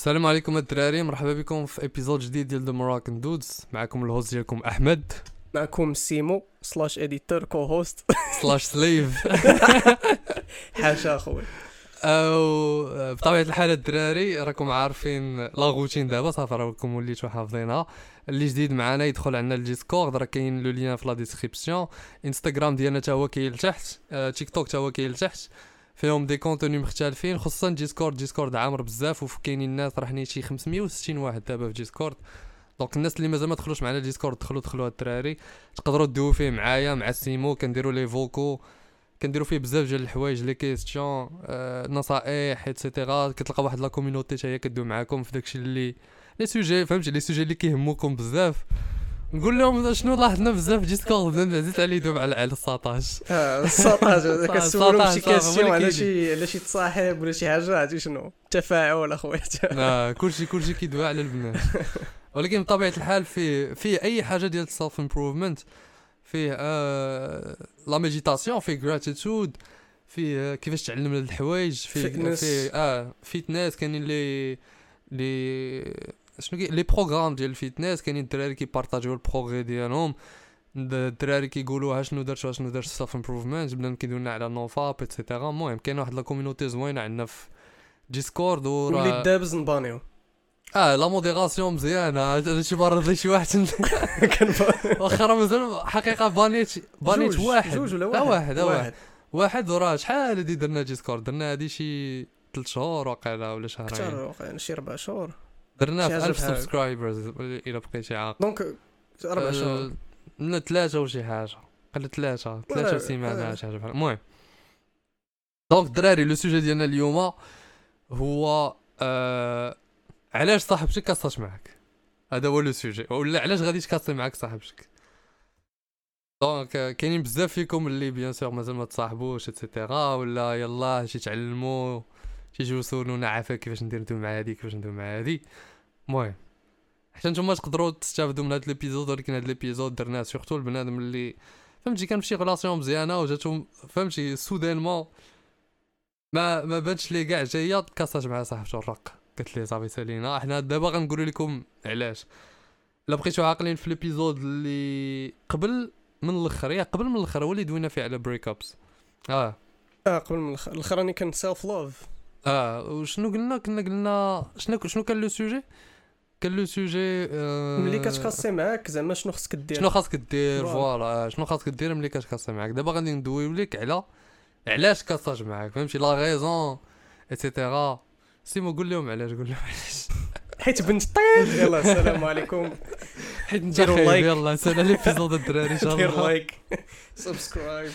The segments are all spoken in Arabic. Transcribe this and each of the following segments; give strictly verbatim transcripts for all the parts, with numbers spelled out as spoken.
السلام عليكم الدراري، مرحبا بكم في ابيزود جديد ديال ذا موراكن دودز. معكم الهوست ديالكم احمد معكم سيمو سلاش اديتور كو هوست سلاش سليف. حاشا اخويا. او بطبيعه الحال الدراري راكم عارفين لا روتين دابا صافي راكم وليتو حافظينها. اللي جديد معنا يدخل عندنا الديسكورد، راه كاين لو لين في لا ديسكريبسيون. انستغرام ديالنا حتى هو كاين لتحت، تيك توك حتى هو كاين لتحت، فيهم دي كونتوني مختلفين. خصوصا ديسكورد ديسكورد عامر بزاف وكاينين الناس، راه حني شي خمسمية وستين واحد دابا في ديسكورد. دونك الناس اللي مازال ما دخلوش معنا ديسكورد دخلوا دخلوا الدراري، تقدروا تدويو فيه معايا مع سيمو. كنديروا لي فوكو، كنديروا فيه بزاف ديال الحوايج، لي كيستيون، آه، نصائح ايتترا. كتلقى واحد لا كوميونيتي حتى هي كدوي معاكم في داكشي اللي لي سوجي، فهمتي، لي سوجي اللي كيهموكم بزاف. نقول لهم شنو لاحظنا بزاف في ديسكورد، زدت عليه يدوب على على السطاش. اه السطاج كتسولهم شي كاستيون على كيجي. شي على شي تصاحب ولا شي حاجه، عرفتي شنو تفاعل اخويا. اه كلشي كلشي كيدوي على البنات. ولكن بطبيعه الحال في في اي حاجه ديال السيلف امبروفمنت، فيه آه لا ميديتاسيون، فيه غراتيتود، فيه آه كيفاش تعلم الحوايج، فيه Fitness. فيه اه فيتنس. كاينين لي لي شنو كي لي بروغرام ديال الفيتنس. كاينين الدراري كيبارطاجيو البروغري ديالهم، الدراري كيقولوا ها شنو درت شنو درت سيلف امبروفمنت، بنادم كيدوي لنا على نوفاب ايتترا. المهم كاين واحد لا كوميونيتي زوينه عندنا في ديسكورد. ولي وراه دابز نبانيو اه لا موديراسيون مزيانه. هذا شي مره رضي شي واحد واخا راه مازال حقيقه بانيت بانيت جوج- واحد جوج ولا آه، واحد آه، واحد واحد واحد. وراه شحال هادي درنا ديسكورد، درنا هادي شي ثلاث شهور واقيلا ولا شهرين. اكثر واقع شي ربع شهور درنا شي في حاجة ألف بحال. سبسكرايبرز الا بقيتي عاقل. دونك ربع شهور. من ثلاثه وشي حاجه، قل ثلاثه ثلاثه ولا- سيمانه آه. شي حاجه بحال. المهم دونك الدراري لو سوجي ديالنا اليوم هو آه علاش صاحبتك كاصاش معاك. هذا هو لو سوجي، ولا علاش غادي تكاصي معاك صاحبتك. دونك آه، كاينين بزاف فيكم اللي بيان سور مازال ما تصاحبوش ايتترا، ولا يلا شي تعلموا شي جيو سولونا عافاك كيفاش ندير ندوي مع هادي كيفاش ندوي مع هادي. المهم حتى نتوما تقدروا تستافدوا من هذا الابيزود. ولكن هذا الابيزود درناه سورتو البنادم اللي فهمتي كان فشي غلاسيون مزيانه وجاتهم فهمتي سودينمون ما ما بانش لي كاع جايه كاساج مع صاحبته الرق. قلت لي صافي سالينا احنا دابا غنقول لكم علاش. الا بقيتوا عاقلين في الابيزود اللي قبل من الاخر، يا قبل من الاخر هو اللي دوينا فيه على بريك ابس. اه اه قبل من الاخر الاخراني كان سيلف لوف. اه وشنو قلنا كنا قلنا شنو شنو كان لو سوجي. كان لو سوجي آه ملي كتقاسي معاك زعما شنو خصك دير. شنو خاصك دير. فوالا. فوالا آه، شنو خاصك دير ملي كتكاسي معاك. دابا غادي ندويو لك على علاش كاساج معاك، فهمتي لا غيزون ايتترا. سيمو قول لهم علاش، قول لهم علاش. حيت بنت طيب. يلا السلام عليكم. حيت انت ديروا خايب. لايك. يلا سالا ليبيزود الدراري ان شاء دير الله. لايك سبسكرايب.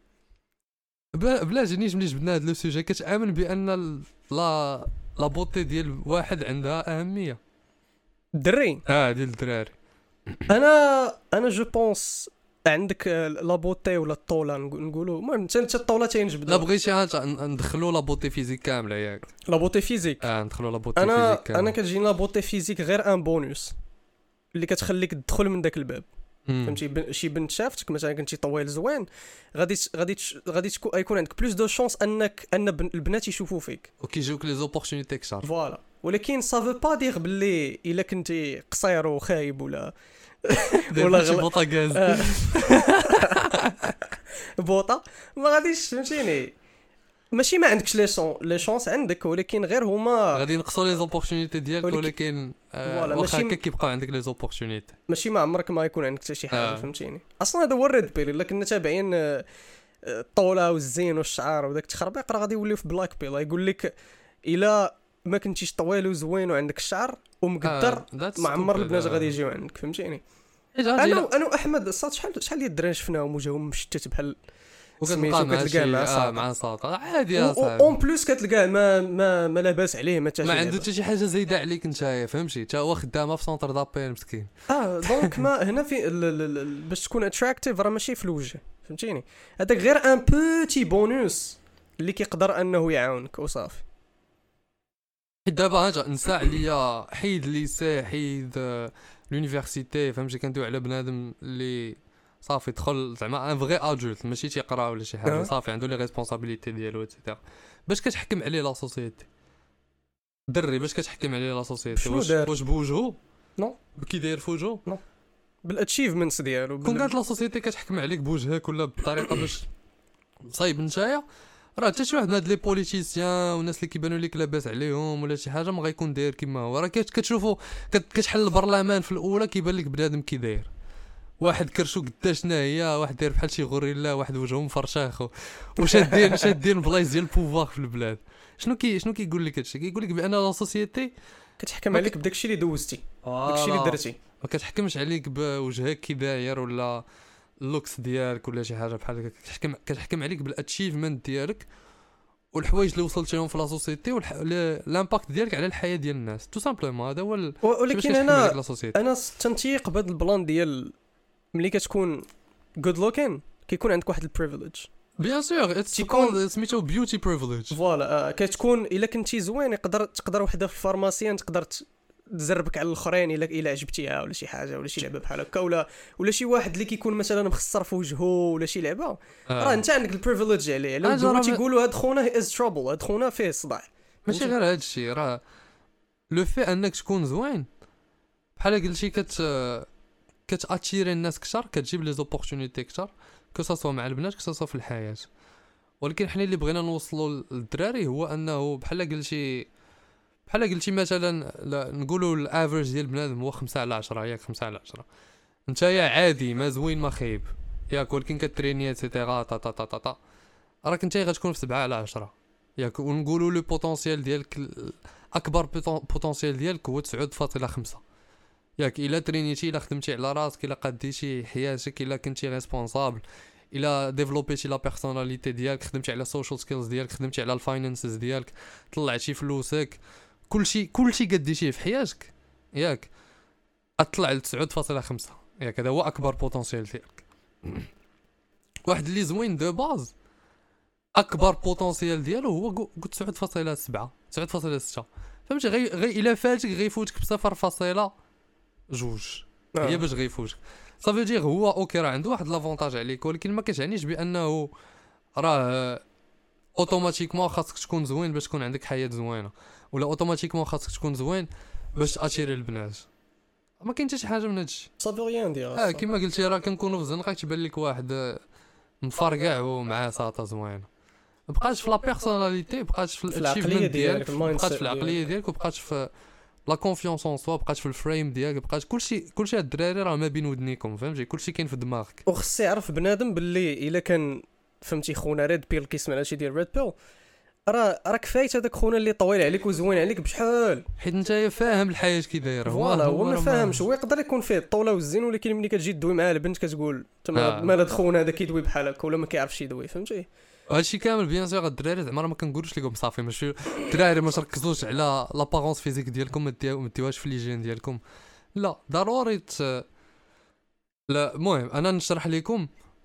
بلا بلا جينيش ملي جبنا هاد لو سوجي. كتامن بان ال- لا لا بوتي ديال واحد عندها اهميه. دري اه ديال الدراري. انا انا جو بونس عندك لا بوتي ولا الطوله نقولوا. المهم انت انت الطوله لا تينجبدوا بغيتي هانت ندخلوا لا بوتي فيزيك كامله ياك. لا بوتي فيزيك. اه ندخلوا لا بوتي انا فيزيك كامله. انا كتجيني لا بوتي فيزيك غير ان بونوس اللي كتخليك تدخل من داك الباب. مم. فهمتي بن- شي بنت شافتك مثلا كنتي طويل زوين، غادي ت- غادي تش- غادي تكون يكون عندك بلوس دو شونس انك ان بن- البنات يشوفوا فيك. وكيجيوك لي زوبورتونيتي كثر. فوالا. ولكن سافو با دير باللي الا كنتي قصير وخايب ولا ولا ولا شي غلا- بوطه غاز. آه. بوطه ما غاديش فهمتيني. ماشي ما عندكش لي شون لي شونس عندك، ولكن غير هما غادي نقصوا لي زوبورتونيتي ديالك. ولكن- ولكن آه فوالا، واخا ماشي- هكا كيبقاو عندك لي زوبورتونيتي. ماشي ما عمرك ما يكون عندك حتى شي حاجه. آه. فهمتيني اصلا هذا هو الريد بيل. الا كنا تابعين آه، آه، الطوله والزين والشعر وداك التخربيق راه غادي يوليو في بلاك بيل. يقول لك الا ما كنتيش طويل وزوين وعندك الشعر ومقدر ما عمر البنات غادي يجيو عندك. فهمتيني انا انا انا واحمد الصاد شحال شحال ديال الدراري شفناهم وجاهم مشتت بحال وكتلقى سميتو مع كتلقاه شي مع آه ساطع. مع ساطع عادي يا اون صاحبي. بلوس كتلقاه ما ما ما لاباس عليه ما حتى ما شي عنده لعبة. حتى شي حاجه زايده عليك نتايا، فهمتي. تا هو خدامه في سونتر دابيل مسكين. اه دونك ما هنا في ال- ال- ال- باش تكون اتراكتيف راه ماشي في الوجه. فهمتيني هذاك غير ان بوتي بونوس اللي كيقدر انه يعاونك وصافي. حيت دابا هاجا نسى عليا حيد ليسي حيد آه، لونيفرسيتي، فهمتي. كندوي على بنادم اللي صافي دخل زعما ان فغي ادولت، ماشي تيقرا ولا شي حاجه. أه. صافي عنده لي ريسبونسابيلتي ديالو ايتترا. باش كتحكم عليه لا سوسيتي دري باش كتحكم عليه لا سوسيتي شنو واش دار؟ واش بوجهو نو. كي داير فوجهو بالاتشيفمنتس ديالو كون بال... قالت لا سوسيتي كتحكم عليك بوجهك ولا بطريقه باش صايب نتايا راه حتى شي واحد من هاد لي بوليتيسيان والناس اللي كيبانوا لك لاباس عليهم ولا شي حاجه ما غيكون داير كيما هو راه كت- كتشوفوا كت- كتحل البرلمان في الاولى كيبان لك بنادم كي داير واحد كرشو قداش هي واحد داير بحال شي غوريلا واحد وجهه مفرشاخ و- وشادين شادين بلايص ديال البوفوار في البلاد شنو كي شنو كيقول لك هادشي كيقول لك بان لا سوسيتي كتحكم عليك بداكشي اللي دوزتي داكشي اللي درتي ما كتحكمش عليك بوجهك كي داير ولا اللوكس ديالك ولا شي حاجه بحال هكا كتحكم كتحكم عليك بالاتشيفمنت ديالك والحوايج اللي وصلت لهم في لا سوسيتي والامباكت ديالك على الحياه ديال الناس تو سامبلومون هذا هو ال- ولكن شنو انا لا سوسيتي انا تنتيق بهذا البلان ديال ملي كتكون جود لوكين كيكون عندك واحد البريفيليج بيان سور اتس تيكون- كولد سميتو بيوتي بريفيليج فوالا آه، كتكون الا كنتي زوين يقدر تقدر وحده في الفارماسيان تقدر ت- تزربك على الاخرين الا الا عجبتيها ولا شي حاجه ولا شي لعبه بحال هكا ولا ولا شي واحد اللي كيكون مثلا مخسر في وجهه ولا شي لعبه راه انت عندك البريفيليج عليه لو آه، هما جرب- تيقولوا هاد خونا از ترابل هاد خونا فيه صداع ماشي غير هذا الشيء راه لو في انك تكون زوين بحال قلتي كت كتاتيري الناس كثر كتجيب لي زوبورتونيتي كثر كو سوا مع البنات كو سوا في الحياه ولكن حنا اللي بغينا نوصلوا للدراري هو انه بحال قلتي بحال قلتي مثلا لا- نقولوا الافرج ديال بنادم هو خمسة على عشرة ياك خمسة على عشرة نتايا عادي ما زوين ما خايب ياك ولكن كتريني ايتترا تا تا تا تا تا راك نتايا غتكون في سبعة على عشرة ياك ونقولوا لو بوتونسيال ديالك ال- اكبر بوتون- بوتونسيال ديالك هو تسعة فاصلة خمسة ياك الا ترينيتي الا خدمتي على راسك الا قديتي حياتك الا كنتي ريسبونسابل الا ديفلوبيتي لا بيرسوناليتي ديالك خدمتي على السوشيال سكيلز ديالك خدمتي على الفاينانسز ديالك طلعتي فلوسك كلشي كلشي قديتيه في حياتك ياك اطلع ل تسعة فاصلة خمسة ياك هذا هو اكبر بوتونسيال ديالك واحد اللي زوين دو باز اكبر بوتونسيال ديالو هو تسعة فاصلة سبعة تسعة فاصلة ستة فهمتي غي غي الا فاتك غيفوتك ب صفر فاصلة جوج هي باش غيفوتك صافي دير هو اوكي راه عنده واحد لافونتاج عليك ولكن ما كتعنيش بانه راه اوتوماتيكمون خاصك تكون زوين باش تكون عندك حياه زوينه ولا اوتوماتيكمون خاصك تكون زوين باش تاتيري البنات ما كاين حتى شي حاجه من هادشي صافي ريان ديال اه كما قلتي راه كنكونوا في الزنقه تبان لك واحد آه، مفرقع ومعاه ساطه زوينه مبقاش في لا بيرسوناليتي بقاش في في العقلية الاتشيفمنت ديالك، ديالك المايند بقاش سيت في العقليه ديالك وبقاش في لا كونفيونس اون سوا بقاش في الفريم ديالك بقاش كلشي كلشي هاد الدراري راه ما بين ودنيكم فهمتي كلشي كاين في دماغك وخص يعرف بنادم باللي الا كان فهمتي خونا ريد بيل كيسمع هادشي ديال ريد بيل راه راك فايت هذاك خونا اللي طويل عليك وزوين عليك بشحال حيت نتايا فاهم الحياه كي دايره فوالا هو ما راه فاهمش هو يقدر يكون فيه الطوله والزين ولكن ملي كتجي تدوي مع البنت كتقول تما آه. مال هاد خونا هذا كيدوي بحال هكا ولا ما كيعرفش يدوي فهمتي هادشي كامل بيان سور الدراري زعما راه ما كنقولوش لكم صافي ماشي الدراري ما تركزوش على لابارونس فيزيك ديالكم ما ديو- ما ديوهاش في ليجين ديالكم لا ضروري ت... لا المهم انا نشرح لكم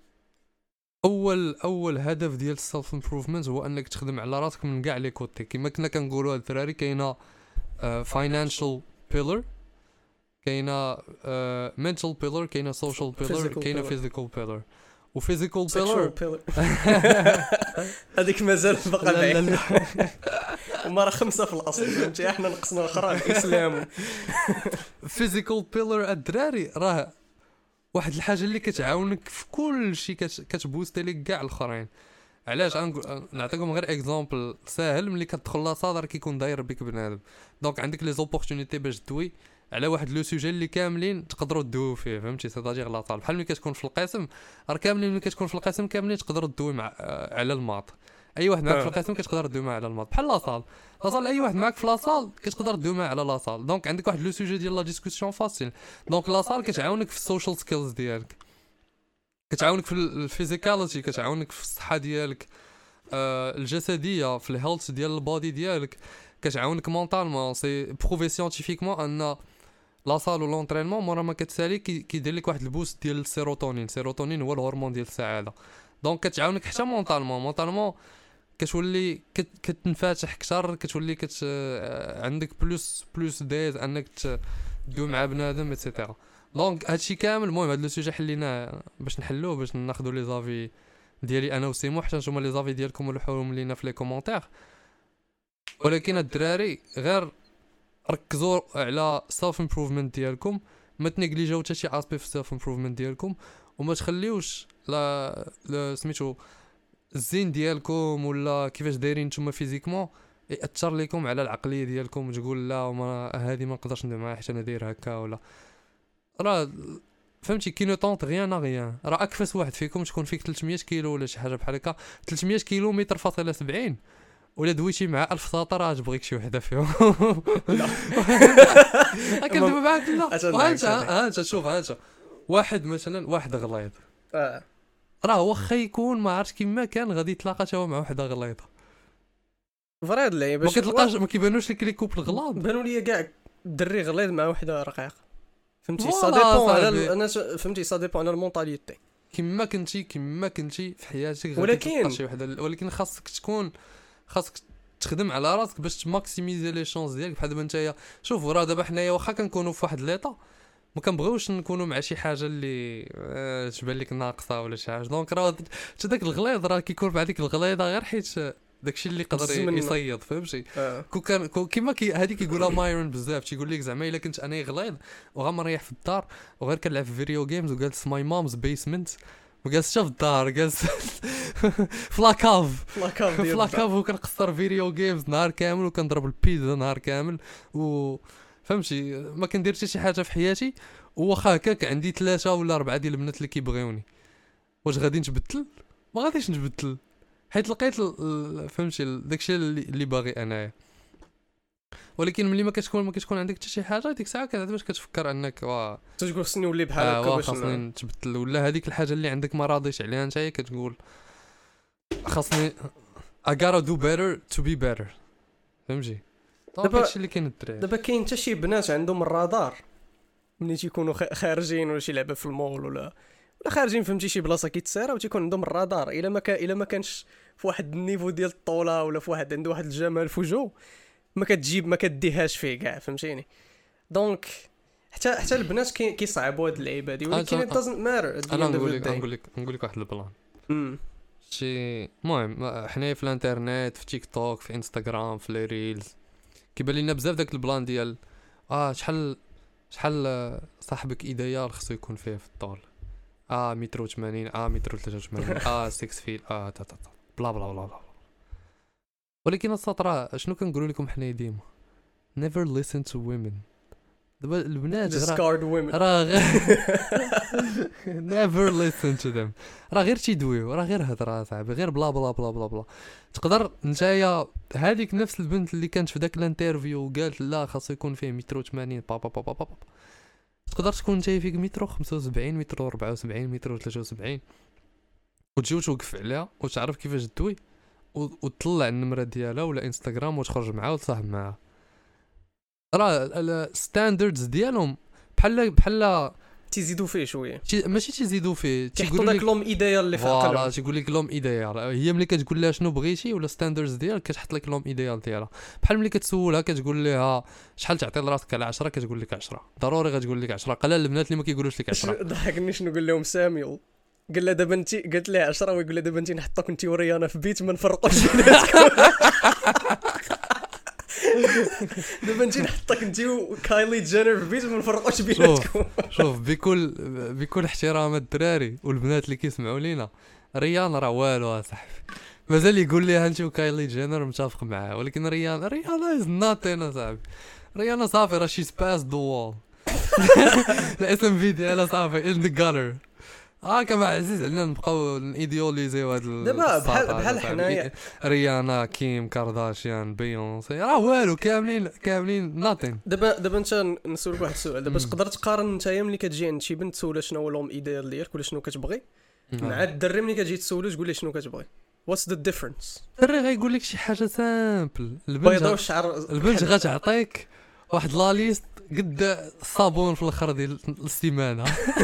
اول اول هدف ديال السيلف امبروفمنت هو انك تخدم على راسك من كاع لي كوتي كما كنا كنقولوا الدراري كاينه فاينانشال بيلر كاينه منتال بيلر كاينه سوشيال بيلر Physical كاينه pillar. فيزيكال بيلر وفيزيكال Sexual بيلر pillar. هذيك مازال باقا لا لا بعيد لا وما راه خمسه في الاصل فهمتي احنا نقصنا اخرى الاسلام فيزيكال بيلر الدراري راه واحد الحاجه اللي كتعاونك في كل شيء كتبوستي لك كاع الاخرين علاش غنقول نعطيكم غير اكزامبل ساهل ملي كتدخل لاصال راه كيكون داير بك بنادم دونك عندك لي زوبورتونيتي باش دوي على واحد لو سوجي اللي كاملين تقدروا تدويو فيه فهمتي سيتاجير لاصال بحال ملي كتكون في القسم راه كاملين ملي كتكون في القسم كاملين تقدروا تدوي مع آه، على الماط اي واحد معك في القسم كتقدر تدوي معاه على الماط بحال لاصال لاصال اي واحد معك في لاصال كتقدر تدوي معاه على لاصال دونك عندك واحد لو سوجي ديال لا ديسكوسيون فاسيل دونك لاصال كتعاونك في السوشيال سكيلز ديالك كتعاونك في الفيزيكاليتي كتعاونك في الصحه ديالك آه الجسديه في الهيلث ديال البودي ديالك كتعاونك مونطالمون سي بروفي سيانتيفيكمون ان لاصال و لونطرينمون مورا ما كتسالي كيدير لك واحد البوست ديال السيروتونين السيروتونين هو الهرمون ديال السعاده دونك كتعاونك حتى مونطالمون مونطالمون كتولي كت... كتنفتح اكثر كتولي كت عندك بلوس بلوس دايز انك تدوي مع بنادم ايتترا دونك هادشي كامل المهم هاد لو سوجي حليناه باش نحلوه باش ناخذوا لي زافي ديالي انا وسيمو حتى نتوما لي زافي ديالكم ولوحوهم لينا في لي كومونتير ولكن الدراري غير ركزوا على سيلف امبروفمنت ديالكم، ما تنيجليجاو حتى شي اسبي في سيلف امبروفمنت ديالكم، وما تخليوش لا لا سميتو الزين ديالكم ولا كيفاش دايرين نتوما فيزيكمون ياثر لكم على العقليه ديالكم، وتقول لا وما هذه ما نقدرش ندير معاها حيت انا داير هكا ولا راه فهمتي كي نو طونط غيان غيان. راه اكفس واحد فيكم تكون فيك ثلاثمية كيلو ولا شي حاجه بحال هكا، ثلاثمية كيلو متر فاصله سبعين، ولا دويتي مع ألف ساطر راه تبغيك شي وحده فيهم. لا كندوي معاك لا أتفق معاك انت صراحة. ها انت شوف ها انت واحد مثلا واحد غليظ اه راه واخا يكون ما عرفتش كيما كان غادي يتلاقى حتى هو مع وحده غليظه، فري هاد اللعيبه ما كتلقاش ما كيبانوش لك لي كوبل غلاظ. بانوا لي كاع الدري غليظ مع وحده رقيقه، فهمتي فوالا سا ديبون على صاحبي. ال- انا ش- فهمتي سا ديبون على المونطاليتي. كيما كنتي كيما كنتي في حياتك غادي ولكن- تلقى شي وحده، ولكن خاصك تكون خاصك تخدم على راسك باش تماكسيميزي لي شونس ديالك. بحال دابا نتايا شوف راه دابا حنايا واخا كنكونوا في واحد ليطا ما كنبغيوش نكونوا مع شي حاجه اللي آه، تبان لك ناقصه ولا شي حاجه، دونك راه حتى داك الغليظ راه كيكون مع ديك الغليظه غير حيت داكشي اللي يقدر الزمن. يصيد فهمتي. اه كون كان كون كيما كي هذه كيقولها مايرون بزاف، تيقول لك زعما الا كنت انا غليظ وغا مريح في الدار وغير كنلعب في فيديو جيمز وجالس ماي مامز بيسمنت وجالس حتى في الدار جالس في لاكاف لاكاف في ديال لاكاف وكنقصر فيديو جيمز نهار كامل وكنضرب البيتزا نهار كامل و فهمتي ما كندير حتى شي حاجه في حياتي، وواخا هكاك عندي ثلاثه ولا اربعه ديال البنات اللي كيبغيوني، واش غادي نتبدل؟ ما غاديش نتبدل حيت لقيت ال- ال- فهمتي ال- داكشي اللي, اللي باغي انايا. ولكن ملي ما كتكون ما كتكون عندك حتى شي حاجه ديك الساعه كتعرف باش كتفكر انك وا تقول خصني نولي بحال آه هكا وا باش خاصني ن- نتبدل، ولا هذيك الحاجه اللي عندك ما راضيش عليها نتايا كتقول خاصني I gotta do better to be better فهمتي. دابا دابا- هادشي اللي كاين الدراري. دابا كاين حتى شي بنات عندهم الرادار ملي تيكونوا خ- خارجين ولا شي لعبه في المول ولا ولا خارجين فهمتي شي بلاصه كيتسارى وتيكون عندهم الرادار، الا ما كان الا ما كانش في واحد النيفو ديال الطوله ولا في واحد عنده واحد الجمال في وجهه ما كتجيب ما كديهاش فيه كاع فهمتيني. دونك حتى حتى البنات كي كيصعبوا هاد اللعيبه هادي، ولكن it doesn't matter. انا نقول لك نقول لك نقول لك واحد البلان امم شي المهم حنايا في الانترنت في تيك توك في انستغرام في لي ريلز كيبان لنا بزاف داك البلان ديال اه شحال شحال آه، صاحبك ايديال خصو يكون فيه في الطول اه متر وثمانين اه متر وثلاثة وثمانين اه سكس فيل اه تا تا تا بلا بلا بلا بلا. ولكن السطر شنو كنقولوا لكم حنايا ديما never listen to women. دابا البنات راه discard women. راه غير never listen to them راه غير تيدويو راه غير هضره صاحبي غير بلا بلا بلا بلا بلا. تقدر نتايا هذيك نفس البنت اللي كانت في داك الانترفيو وقالت لا خاصو يكون فيه متر وثمانين بابا بابا بابا تقدر تكون نتايا فيك متر وخمسة وسبعين متر وأربعة وسبعين متر وثلاثة وسبعين وتجي وتوقف عليها وتعرف كيفاش تدوي وتطلع النمره ديالها ولا انستغرام وتخرج معها وتصاحب معها. راه الستاندردز ديالهم بحال بحال تيزيدوا فيه شويه، تي- ماشي تيزيدوا فيه تيحطوا تيقولوا داك لك لوم ايديال اللي في فوالا عقلهم. تيقول لك لوم ايديال هي ملي كتقول لها شنو بغيتي ولا ستاندردز ديالك كتحط لك لوم ايديال ديالها. بحال ملي كتسولها كتقول لها شحال تعطي لراسك على عشرة كتقول لك عشرة ضروري غتقول لك عشرة. قلال البنات اللي ما كيقولوش لك عشرة. ضحكني شنو قال لهم ساميول، قال لها دابا انت قالت لها عشرة ويقول لها دابا انت نحطك انت وريانا في بيت ما نفرقوش بيناتكم. دابا انت نحطك انت وكايلي جينر في بيت ما نفرقوش بيناتكم. شوف بكل بكل احترام الدراري والبنات اللي كيسمعوا لينا ريان راه والو اصاحبي مازال يقول لي انت وكايلي جينر متفق معاه، ولكن ريان ريان از ناتين اصاحبي. ريان صافي راه شيز باس ذا وول الاسم في ديالها صافي ان ذا جانر. اه كما عزيز علينا نبقاو ايديوليزيو هاد ال- دابا بحال الساطع بحال هذا صاحبي. حنايا ريانا كيم كارداشيان بيونسي راه والو كاملين كاملين ناتين. دابا دابا انت نسولك واحد السؤال، دابا مم. تقدر تقارن نتايا ملي كتجي عند شي بنت تسولها شنو هو لوم ايديال ديالك ولا شنو كتبغي مع الدري ملي كتجي تسولو تقول ليه شنو كتبغي؟ واتس ذا ديفرنس؟ الدري غايقول لك شي حاجه سامبل. بيضاء البنت والشعر البنت غتعطيك واحد لا ليست قد الصابون في الاخر ديال السيمانه.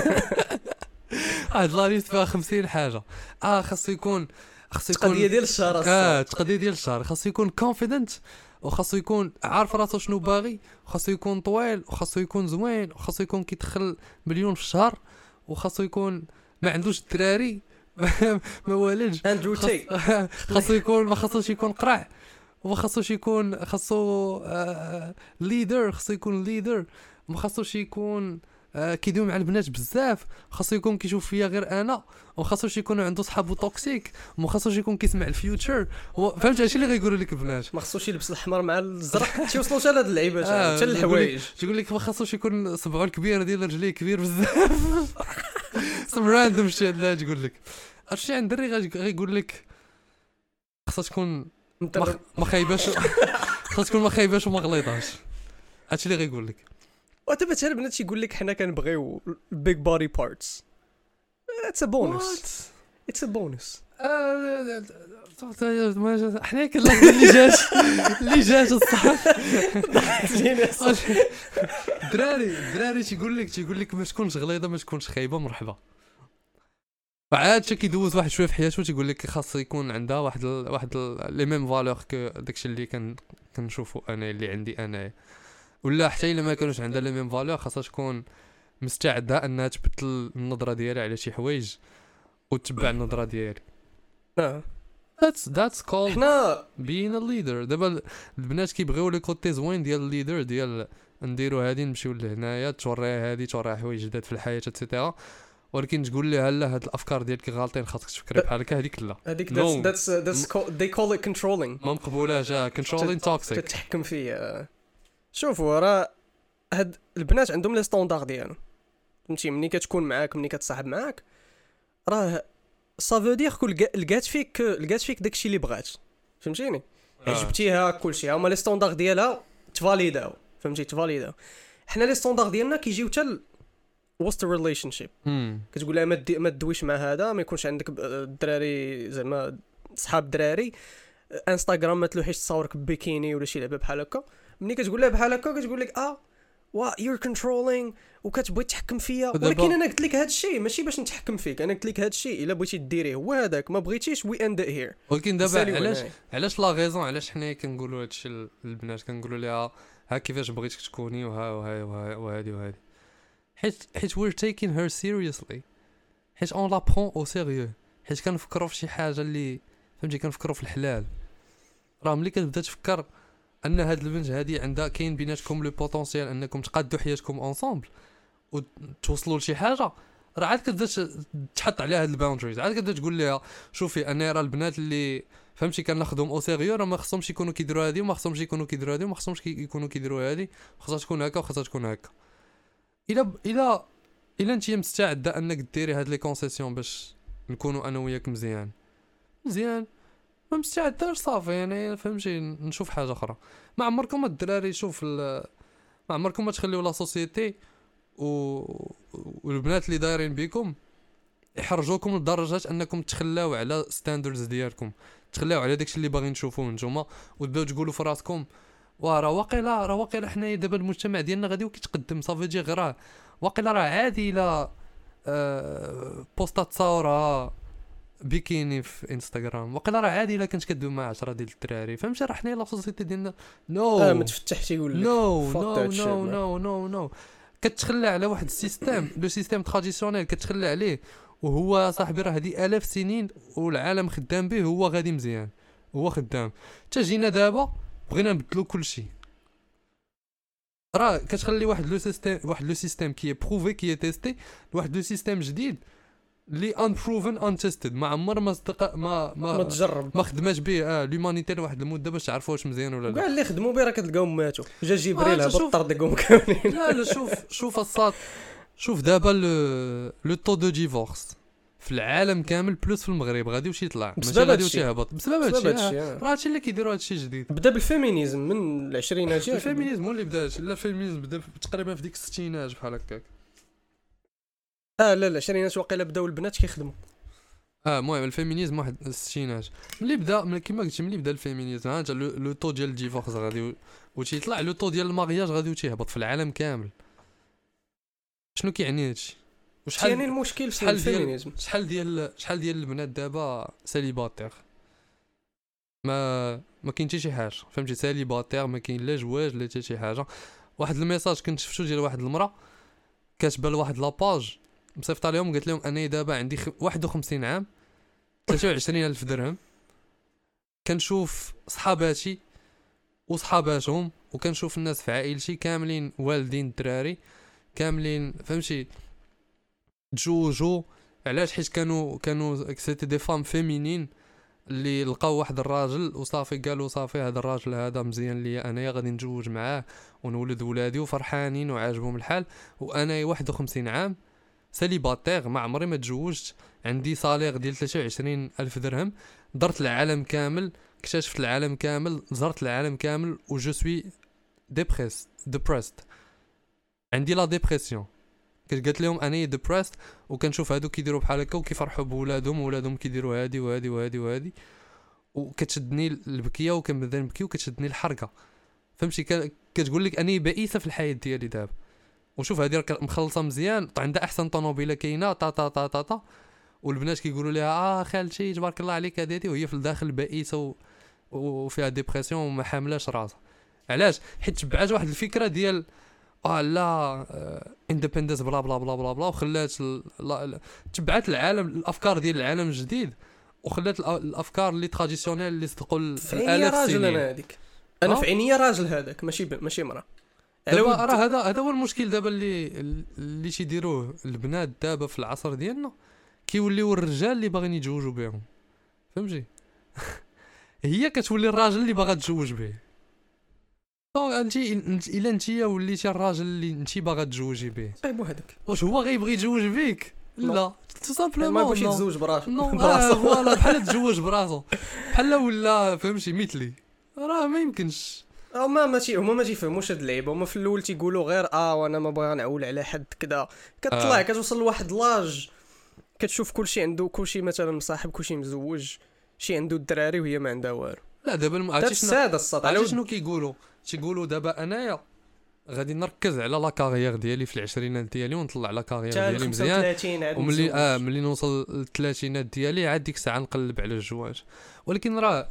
واحد لا ليست فيها خمسين حاجه. اه خاصو يكون خاصو يكون قضيه ديال الشهر اه التقضيه ديال الشهر خاصو يكون كونفيدنت وخاصو يكون عارف راسو شنو باغي وخاصو يكون طويل وخاصو يكون زوين وخاصو يكون كيدخل مليون في الشهر وخاصو يكون ما عندوش الدراري ما والدش اندرو تي. خاصو يكون ما خاصوش يكون قرع هو خاصوش يكون خاصو ليدر، خاصو يكون ليدر، ما خاصوش يكون آه كيدوي مع البنات بزاف، خاصو يكون كيشوف فيا غير انا، وما خاصوش يكون عنده صحابو توكسيك، وما خاصوش يكون كيسمع الفيوتشر. فهمت هادشي اللي غيقولوا لك البنات. ما خصوش يلبس الاحمر مع الزرق تيوصلوا حتى لهاد اللعيبات آه حتى الحوايج. تيقول لك ما خاصوش يكون صبعو الكبير ديال رجليه كبير بزاف. سم راندوم شي هاد تقول لك هادشي عند الدري غيقول لك خاصها تكون ما ما خايباش، خاصها تكون ما خايباش وما غليظاش. هادشي اللي غيقول لك. ودابا حتى البنات يقول لك حنا كنبغيو البيج بودي بارتس. اتس ا بونس، اتس ا بونس. حنا كنلاحظ اللي جات اللي جات الصح. الدراري الدراري تيقول لك تيقول لك ما تكونش غليظه ما تكونش خايبه مرحبا. وعاد شي كيدوز واحد شويه في حياته تيقول لك خاص يكون عندها واحد ال واحد لي ميم فالور كو داكشي اللي كان كنشوفو انا اللي عندي انا، ولا حتى الا ما كانوش عندها لي ميم فالور خاصها تكون مستعده انها تبدل النظره ديالها على شي حوايج وتتبع النظره ديالي. اه that's that's called حنا being a leader. دابا البنات كيبغيو لي كوتي زوين ديال الليدر، ديال نديروا هادي نمشيو لهنايا توريها هادي توريها حوايج جداد في الحياه اتسيتيرا، ولكن تقول لها لا هاد الافكار ديالك غالطين خاصك تفكري بحال هكا. هذيك لا هذيك that's that's that's they call it controlling. ما مقبولاش. controlling toxic تتحكم فيا. شوفوا راه هاد البنات عندهم لي ستوندار ديالهم، فهمتي؟ ملي كتكون معاك ملي كتصاحب معاك راه صافو دير كل لقات فيك لقات فيك داكشي اللي بغات، فهمتيني؟ عجبتيها كلشي هما لي ستوندار ديالها تفاليداو، فهمتي؟ تفاليداو. حنا لي ستوندار ديالنا كيجيو حتى وسط الريليشن شيب. كتقول لها ما ما تدويش مع هذا، ما يكونش عندك الدراري زعما صحاب دراري، انستغرام ما تلوحيش تصاورك ببيكيني ولا شي لعبه بحال هكا. ملي كتقول لها بحال هكا كتقول لك اه وا يور كنترولينغ وكتبغي تحكم فيا، ولكن انا قلت لك هذا الشيء ماشي باش نتحكم فيك، انا قلت لك هذا الشيء الا بغيتي ديريه هو هذاك، ما بغيتيش وي اند هير. ولكن دابا علاش علاش لا غيزون علاش حنا كنقولوا هذا الشيء للبنات، كنقولوا لها ها كيفاش بغيتك تكوني وها وها وهذه وهذه، حيت حيت we're taking her seriously، حيت on la prend au sérieux، حيت كنفكروا في شي حاجه اللي فهمتي كنفكروا في الحلال. راه ملي كتبدا تفكر ان هاد البنت هادي عندها كاين بيناتكم لو بوتونسيال انكم تقادوا حياتكم اونصومبل وتوصلوا لشي حاجه، راه عاد كتبدا تحط عليها هاد الباوندريز، عاد كتبدا تقول لها شوفي انا راه البنات اللي فهمتي كناخذهم او سيريو راه ما خصهمش يكونوا كيديروا هادي وما خصهمش يكونوا كيديروا هادي وما خصهمش يكونوا كيديروا هادي، خصها تكون هكا وخصها تكون هكا. الا ب... الا الا انت مستعده انك ديري هاد لي كونسيسيون باش نكونوا انا وياك مزيان مزيان، ما مستعداش صافي يعني فهمتي نشوف حاجه اخرى. ما عمركم الدراري شوف ال... ما عمركم ما تخليو لا سوسيتي و... والبنات اللي دايرين بكم يحرجوكم لدرجه انكم تخلاو على ستاندردز ديالكم، تخلاو على داكشي اللي باغيين تشوفوه نتوما، وتبداو تقولوا في راسكم واه راه واقيلا راه واقيلا حنايا دابا المجتمع ديالنا غادي وكيتقدم صافي دي غير واقيلا راه عادي لا أه... بوستات تصاورها بيكيني في انستغرام، واقيلا راه عادي الا كنت كدوي مع عشرة ديال الدراري، فهمتي؟ راه حنايا لا سوسيتي ديالنا نو اه ما تفتحش يقول لك نو نو نو نو نو نو كتخلى على واحد السيستم لو سيستم تراديسيونيل كتخلى عليه، وهو صاحبي راه هذه آلاف سنين والعالم خدام به، هو غادي مزيان هو خدام. حتى جينا دابا بغينا نبدلو كلشي، راه كتخلي واحد لو سيستم واحد لو سيستم كي بروفي كي تيستي، واحد لو سيستم جديد لي ان بروفن ان تيستد ما عمر ما صدق ما ما, ما تجرب ما خدماش به اه لومانيتي لواحد المده باش تعرفوا واش مزيان ولا لا. كاع اللي خدموا به راه كتلقاهم ماتوا، جا جبريل هبط طردهم كاملين. لا لا شوف شوف الصاد شوف دابا لو طو دو ديفورس في العالم كامل بلوس في المغرب غادي وشي يطلع ماشي غادي وشي يهبط بسبب هادشي. راه هادشي اللي كيديروا هادشي جديد. بدا بالفيمينيزم من العشرينات، الفيمينيزم هو اللي بدا. لا الفيمينيزم بدا تقريبا في ديك الستينات بحال هكاك. اه لا لا العشرينات واقيلا بداو البنات كيخدموا. اه المهم الفيمينيزم واحد الستينات ملي بدا كيما قلت ملي بدا الفيمينيزم ها لو طو ديال الديفورس غادي وتيطلع لو طو ديال المارياج غادي وتيهبط في العالم كامل. شنو كيعني هادشي؟ وشحال يعني المشكل في الفيمينيزم؟ شحال ديال شحال ديال البنات دابا ساليباتير ما ما كاين حتى شي حاجه فهمتي؟ ساليباتير ما كاين لا جواج لا حتى شي حاجه. واحد الميساج كنت شفتو ديال واحد المراه كاتبه لواحد لاباج مصيفط عليهم قالت لهم انا دابا عندي واحد وخمسين عام ثلاثة وعشرين ألف درهم كنشوف صحاباتي وصحاباتهم، وكنشوف الناس في عائلتي كاملين والدين الدراري كاملين فهمتي تزوجوا. علاش؟ حيت كانوا كانوا سيتي دي فام فيمينين اللي لقاو واحد الراجل وصافي قالوا صافي هذا الراجل هذا مزيان ليا انايا غادي نتزوج معاه ونولد ولادي وفرحانين وعاجبهم الحال، وانا واحد وخمسين عام سيليباتير ما عمري ما تزوجت، عندي صالير ديال ثلاثة وعشرين ألف درهم، درت العالم كامل، اكتشفت العالم كامل، زرت العالم كامل، و جو سوي ديبريس ديبريست، عندي لا ديبرسيون. كنت قالت لهم انايا ديبريست، وكنشوف هادو كيديروا بحال هكا وكيفرحوا بولادهم وولادهم كيديروا هادي وهادي وهادي وهادي، وكتشدني البكيه وكنبدا نبكي وكتشدني الحرقه فهمتي. كتقول لك انايا بائسه في الحياه ديالي دابا. وشوف هذه راك مخلصه مزيان، عندها احسن طوموبيله كاينه طا طا طا طا طا، والبنات كيقولوا لها اه خالتي تبارك الله عليك هادي، وهي في الداخل بائسه و... وفيها ديبرسيون وما حاملاش راسها. علاش؟ حيت تبعات واحد الفكره ديال اه لا اندبندنس بلا بلا بلا بلا بلا، وخلات ال... لا... تبعات العالم الافكار ديال العالم الجديد، وخلات الافكار اللي تراديسيونيل اللي صدقوا الالاف السنين. انا هذيك انا في عينيا راجل هذاك ماشي ب... ماشي مراه. دابا راه هذا هذا هو المشكل دابا اللي اللي تيديروه البنات دابا في العصر ديالنا، كيوليو الرجال اللي باغيين يتزوجوا بهم فهمتي. هي كتولي الراجل اللي باغا تزوج به. دونك انت الا انت وليتي الراجل اللي انت باغا تزوجي به، طيب وهذاك واش هو غيبغي يتزوج بيك؟ لا تو سامبلومون ما بغاش يتزوج براسو. براسو فوالا بحال تزوج براسو بحال ولا فهمتي مثلي، راه ما يمكنش. او ما ماشي هما ما تيفهموش هاد اللعيبه. هما في الاول تيقولوا غير اه وانا ما بغا نعول على حد كذا، كطلع آه. كتوصل لواحد لاج كتشوف كلشي عنده، كلشي مثلا مصاحب، كلشي مزوج، شي عنده الدراري وهي ما عندها والو. لا دابا عرفتي شنو الساده السطح عرفتي شنو كيقولوا؟ تيقولوا دابا انايا غادي نركز على لا كارير ديالي في العشرينات ديالي ونطلع لا كارير ديالي مزيان، وملي اه ملي نوصل للثلاثينات ديالي عاد ديك الساعه نقلب على الزواج. ولكن راه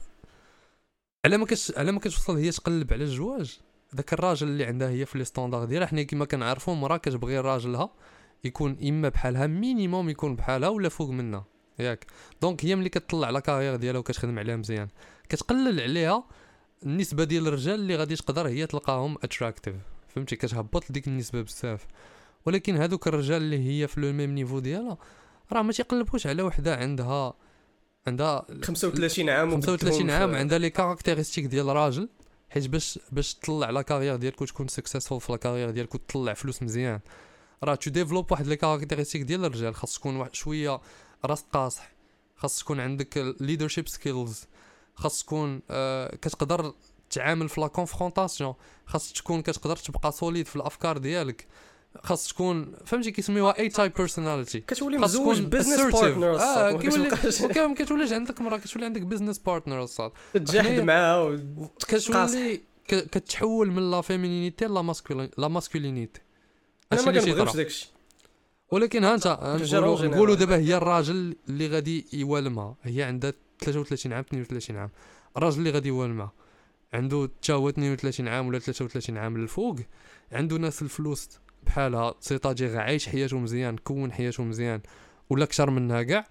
على ما كتش على ما كتوصل هي تقلب على الزواج، داك الراجل اللي عندها هي في لي ستاندار ديالها، حنا كما كنعرفوا مرا كتبغي راجلها يكون اما بحالها مينيموم يكون بحالها ولا فوق منها ياك. دونك هي ملي كتطلع لا كارير ديالها وكتخدم عليها مزيان كتقلل عليها النسبه ديال الرجال اللي غادي تقدر هي تلقاهم اتراكتيف فهمتي، كتهبط ديك النسبه بزاف. ولكن هذوك الرجال اللي هي في لو ميم نيفو ديالها راه ما تيقلبوش على وحده عندها عندها خمسة وثلاثين عام خمسة وثلاثين عام عندها لي كاركتيرستيك ديال الراجل، حيت باش باش تطلع لا كارير ديالك وتكون سكسسفول في لا كارير ديالك وتطلع فلوس مزيان، راه تو ديفلوب واحد لي كاركتيرستيك ديال الرجال. خاص تكون واحد شويه راس قاصح، خاص تكون عندك ليدرشيب سكيلز، خاص تكون آه كتقدر تعامل في لا كونفرونطاسيون، خاص تكون كتقدر تبقى سوليد في الافكار ديالك، خاص تكون فهمتي كيسميوها اي تايب بيرسوناليتي. كتولي مزوج بزنس بارتنر اه كيولي كتولي عندك مرا كتولي عندك بزنس بارتنر الصاد تجاهد معاه كتولي كتحول من لا فيمينيتي لا ماسكولين لا ماسكولينيتي. انا ما كنبغيش داكشي. ولكن ها انت نقولوا دابا هي الراجل اللي غادي يوالمها هي عندها ثلاثة وثلاثين عام اثنين وثلاثين عام، الراجل اللي غادي يوالمها عنده حتى هو اثنين وثلاثين عام ولا ثلاثة وثلاثين عام للفوق، عنده ناس الفلوس بحالها سيتاجي عايش حياته مزيان، كون حياته مزيان ولا اكثر منها كاع،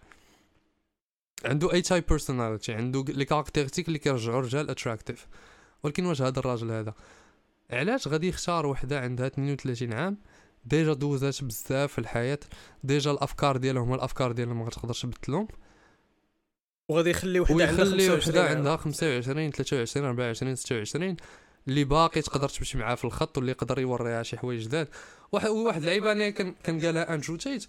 عنده اي تايب بيرسوناليتي، عنده لي كاركتيرستيك اللي كيرجعوا الرجال اتراكتيف. ولكن واش هذا الراجل هذا علاش غادي يختار وحده عندها اثنين وثلاثين عام ديجا دوزات بزاف في الحياه، ديجا الافكار ديالهم الافكار ديالهم ما غتقدرش تبدلهم، وغادي يخلي وحده عندها ويخلي وحده عندها خمسة وعشرين ثلاثة وعشرين أربعة وعشرين ستة وعشرين اللي باقي تقدر تمشي معاه في الخط واللي يقدر يوريها شي حوايج جداد. واحد واحد اللعيبه انا كان كان قالها اندرو تيت،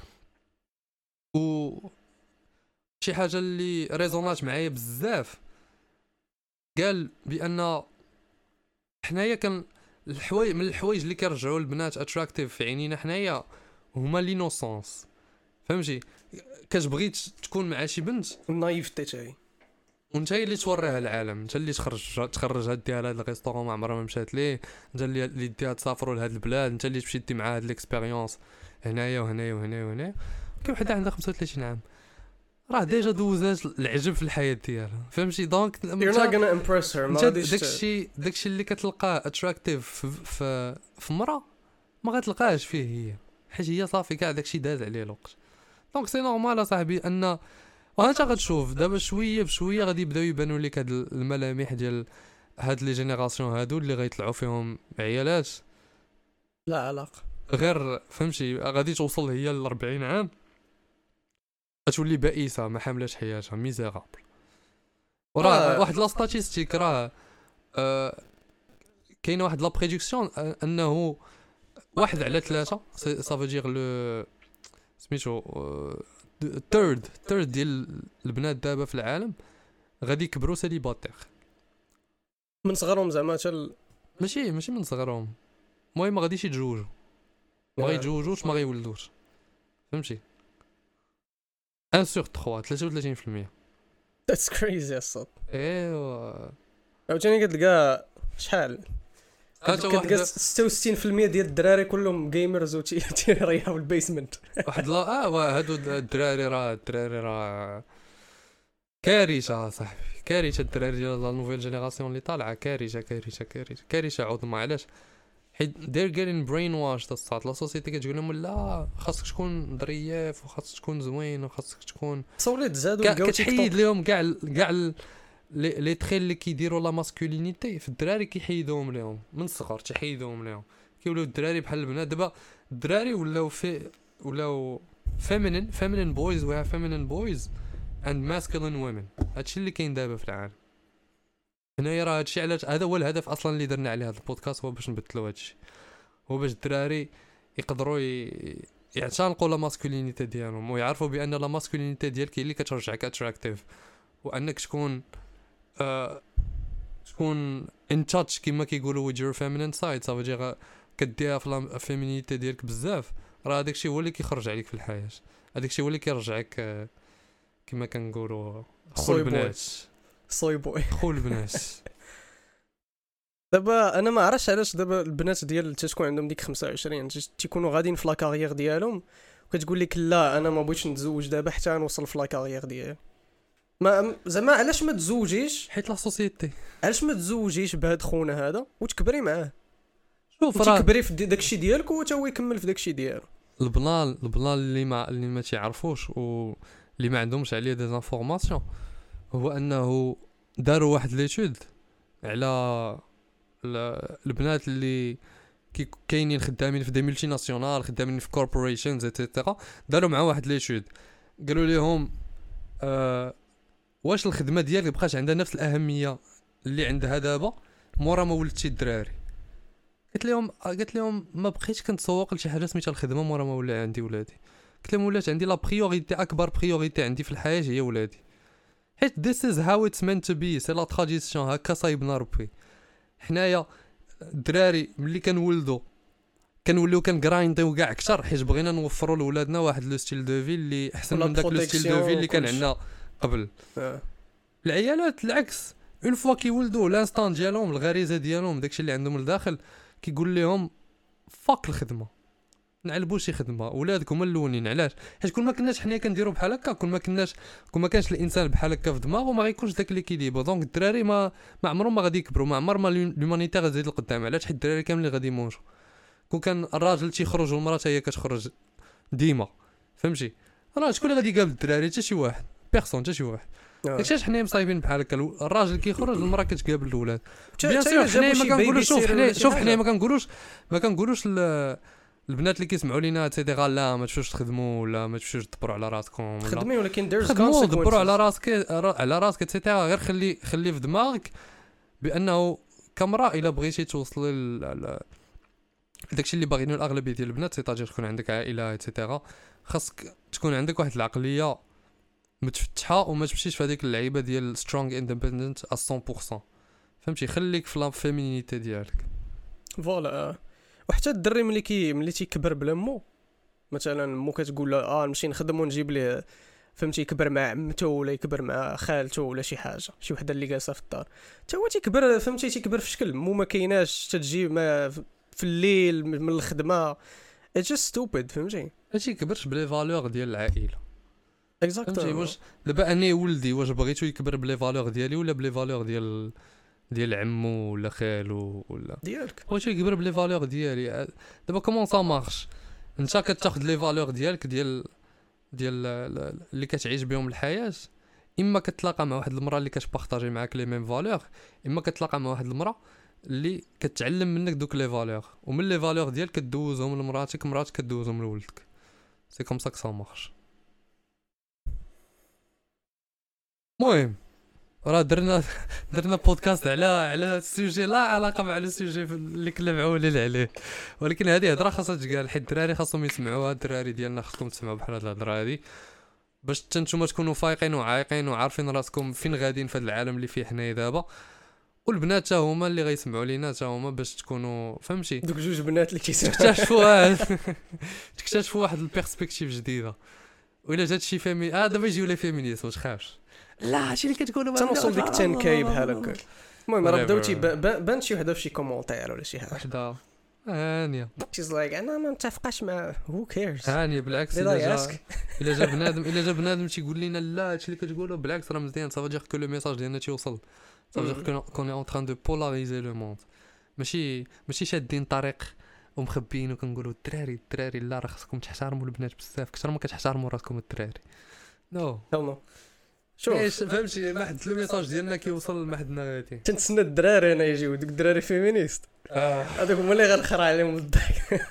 و شي حاجه اللي ريزونات معايا بزاف، قال بان حنايا كان الحوايج من الحوايج اللي كيرجعوا البنات اتراكتيف في عينينا حنايا هما لينوسونس فهمتي. كتبغي تكون مع شي بنت النايفتي تاعي وانت اللي توريها العالم، انت اللي تخرج تخرجها ديها لهاد الريستورون ما عمرها ما مشات ليه، انت اللي اللي ديها تسافروا لهاد البلاد، انت اللي تمشي دي معاها هاد ليكسبيريونس هنايا وهنايا وهنايا وهنايا. كاين وحده عندها خمسة وثلاثين عام راه ديجا دوزات العجب في الحياه ديالها فهمتي. دونك you're not gonna impress her. ما غاديش داكشي داكشي اللي كتلقاه اتراكتيف في في مرا ما غتلقاهش فيه هي، حيت هي صافي كاع داكشي داز عليه الوقت. دونك سي نورمال اصاحبي ان وانت غتشوف دابا شويه بشويه غادي يبداو يبانوا لك هاد الملامح ديال هاد لي جينيراسيون هادو اللي غيطلعوا فيهم عيالات لا علاقه. غير فهمتي غادي توصل هي ل أربعين عام غتولي بائسه ما حاملاش حياتها ميزيرابل. وراه آه. واحد لا ستاتيستيك راه آه كاينه واحد لا بريديكسيون انه واحد على ثلاثه صافي دير لو سميتو ثيرد ثيرد ديال البنات دابا في العالم غادي يكبروا سيليباتير من صغرهم زعما حتى ال- ماشي ماشي من صغرهم. المهم ما غاديش يتزوجوا ما آه. غيتزوجوش ما غيولدوش فهمتي واحد سور ثلاثة ثلاثة وثلاثين بالمية. that's crazy الصوت. ايوا عاوتاني كتلقى شحال هذا كتلقى واحد ستة وستين بالمية ديال الدراري كلهم جيمرز وتيريحوا البيسمنت. واحد لا اه هادو الدراري راه الدراري راه كارثه صاحبي كارثه. الدراري ديال لا نوفيل جينيراسيون اللي طالعه كارثه كارثه كارثه كارثه عظمى. علاش؟ حيت they're getting brainwashed الصات. لا سوسيتي كتقول لهم لا خاصك تكون ظريف وخاصك تكون زوين وخاصك تكون تصوري تزادوا كاع لقاو تيك كتحيد توك. لهم كاع ال- كاع ال- لي لي تري اللي كيديروا لا ماسكولينيتي في الدراري كيحيدوهم لهم من الصغر تيحيدوهم لهم كيولوا الدراري بحال البنات. دابا الدراري ولاو في ولاو feminine feminine boys و feminine boys and masculine women. هادشي اللي كاين دابا في العالم هنايا. راه هادشي علاش هذا هو الهدف اصلا اللي درنا عليه هذا البودكاست هو باش نبدلوا هادشي. هو باش الدراري يقدروا ي... يعتنقوا لا ماسكولينيتي ديالهم ويعرفوا بان لا ماسكولينيتي ديالك هي اللي كترجعك اتراكتيف وانك تكون آه تكون ان تاتش كما كيقولوا with your feminine side. صافي دير كديها في الفيمينيتي ديالك بزاف راه هذاك الشيء هو اللي كيخرج عليك في الحياه. هذاك الشيء هو اللي كيرجعك آه كما كنقولوا خو صوي بوي. البنات صوي بوي. خو البنات. دابا انا ما عرفتش علاش دابا البنات ديال تتكون عندهم ديك خمسة وعشرين تي- تيكونوا غاديين في لاكارير ديالهم وكتقول لك لا انا ما بغيتش نتزوج دابا حتى نوصل في لاكارير ديالي. ما زعما علاش ما تزوجيش حيت لا سوسيتي علاش ما تزوجيش بهاد خونا هذا وتكبري معاه شوف راه وتكبري في دي- داكشي ديالك وتا هو يكمل في داكشي ديالو. البنال البنال اللي ما اللي ما تيعرفوش واللي ما عندهمش عليه دي انفورماسيون هو انه داروا واحد ليتود على ال- البنات اللي كي كاينين خدامين في دي ملتي ناسيونال خدامين في كوربوريشنز ايتترا. داروا مع واحد ليتود قالوا لهم آه واش الخدمه ديالك بقاش عندها نفس الاهميه اللي عندها دابا مورا ما ولدتي الدراري. قلت لهم قلت لهم ما بقيتش كنتسوق لشي حاجه سميتها الخدمه مورا ما ولا عندي ولادي. قلت لهم ولات عندي لا بريوريتي اكبر بريوريتي عندي في الحياه هي ولادي حيت this is how it's meant to be سي لا تراديسيون هكا صايبنا ربي. حنايا الدراري ملي كنولدوا كنوليو كنغراينديو كاع اكثر حيت بغينا نوفروا لولادنا واحد لو ستيل دو في اللي احسن ولا من داك لو ستيل protection دو في اللي كان وكلشي. عندنا قبل. آه. العيالات العكس اون فوا كيولدوا لانستان ديالهم الغريزه ديالهم داكشي اللي عندهم لداخل كيقول لهم فاك الخدمه نعلبوا شي خدمه ولادكم الاولين. علاش؟ حيت كل ما كناش حنا كنديروا بحال هكا كل ما كناش كل ما كانش الانسان بحال هكا في دماغه ما غيكونش داك ليكيليبر. دونك الدراري ما ما عمرهم ما غادي يكبروا ما عمر ما لومانيتي غتزيد لقدام. علاش؟ حيت الدراري كاملين غادي يموتوا. كون كان الراجل تيخرج والمراه هي كتخرج ديما فهمتي راه شكون اللي غادي يقابل الدراري؟ حتى شي واحد بيرسون حتى شي واحد. آه. داكشي حنا مصايبين بحال هكا الراجل كيخرج المراه كتقابل الاولاد. تا- بيان تا سور إلا جابوا حنا شي ما كنقولوش babysitter شوف ولا حنا شي شوف حاجة. حنا ما كنقولوش ما كنقولوش ال- البنات اللي كيسمعوا لينا تيديغا لا ما تمشوش تخدموا ولا ما تمشوش تدبروا على راسكم ولا خدمي ولكن there's خدموا دبروا على consequences. راسك على راسك تيتا غير خلي خلي في دماغك بانه كامرا الا بغيتي توصلي ل داكشي اللي باغيينو الاغلبيه ديال البنات سيتاجير تكون عندك عائله ايتترا خاصك تكون عندك واحد العقليه متفتحه وما تمشيش في هذيك اللعيبه ديال سترونغ اندبندنت مية بالمية فهمتي. خليك في لا فيمينيتي ديالك فوالا. آه. وحتى الدري ملي كي ملي تيكبر بلا مو مثلا مو كتقول له اه نمشي نخدم ونجيب ليه فهمتي يكبر مع عمته ولا يكبر مع خالته ولا شي حاجه شي وحده اللي جالسه في الدار حتى هو تيكبر فهمتي تيكبر في شكل مو ما كايناش تتجي ما في الليل من الخدمه it's just stupid فهمتي. ماشي كبرش بلي فالور ديال العائله فهمتي. اكزاكتلي. واش دابا انا ولدي واش بغيتو يكبر بلي فالور ديالي ولا بلي فالور ديال ديال عمو ولا خالو ولا ديالك بغيتو يكبر بلي فالور ديالي. دابا كومون سا مارش انت كتاخذ لي فالور ديالك ديال ديال اللي كتعيش بهم الحياه اما كتلاقى مع واحد المراه اللي كتبارطاجي معاك لي ميم فالور، اما كتلاقى مع واحد المراه اللي كتعلم منك دوك لي فالور، ومن لي فالور ديالك كدوزهم لمراتك، مراتك كدوزهم لولدك. سي كوم سا كو سا مارش. المهم راه درنا درنا بودكاست على على السوجي لا علاقه مع لو سوجي اللي كنا معولين عليه، ولكن هذه هضره خاصها تقال، حيت الدراري خاصهم يسمعوها. الدراري ديالنا خاصكم تسمعوا بحال هاد الهضره هذه باش حتى نتوما تكونوا فايقين وعايقين وعارفين راسكم فين غاديين في هذا العالم اللي فيه حنايا دابا. والبنات حتى هما اللي غيسمعوا لينا حتى هما باش تكونوا فهمتي دوك جوج بنات اللي كيسمعوا تكتشفوا تكتشفوا واحد البيرسبكتيف جديده. وإلا جات شي فيمي اه دابا يجيو لي فيمينيست، ما تخافش لا هادشي اللي كتقولوا تنوصل ديك عشرة كي بحال هكا. المهم راه بداو تي Whatever. بانت شي وحده في شي كومونتير ولا شي حاجه وحده هانيه شيز لايك انا ما متفقاش مع هو كيرز. هانيه بالعكس. Did الا I جا ask? الا جا بنادم الا جا بنادم تيقول لنا لا هادشي اللي كتقولوا بالعكس راه مزيان، صافا دير كو لو ميساج ديالنا تيوصل، صافا دير كون اون تران دو بولاريزي لو موند. ماشي ماشي شادين طريق ومخبيين وكنقولوا الدراري الدراري لا راه خصكم تحترموا البنات بزاف كثر ما كتحترموا راسكم الدراري. نو نو شوف ايش فهمتي ما حد لو ميساج ديالنا كيوصل ما حدنا غادي. تنتسنى الدراري انا يجيو دوك الدراري فيمينيست اه هذوك هما اللي غنخرع عليهم الضحك.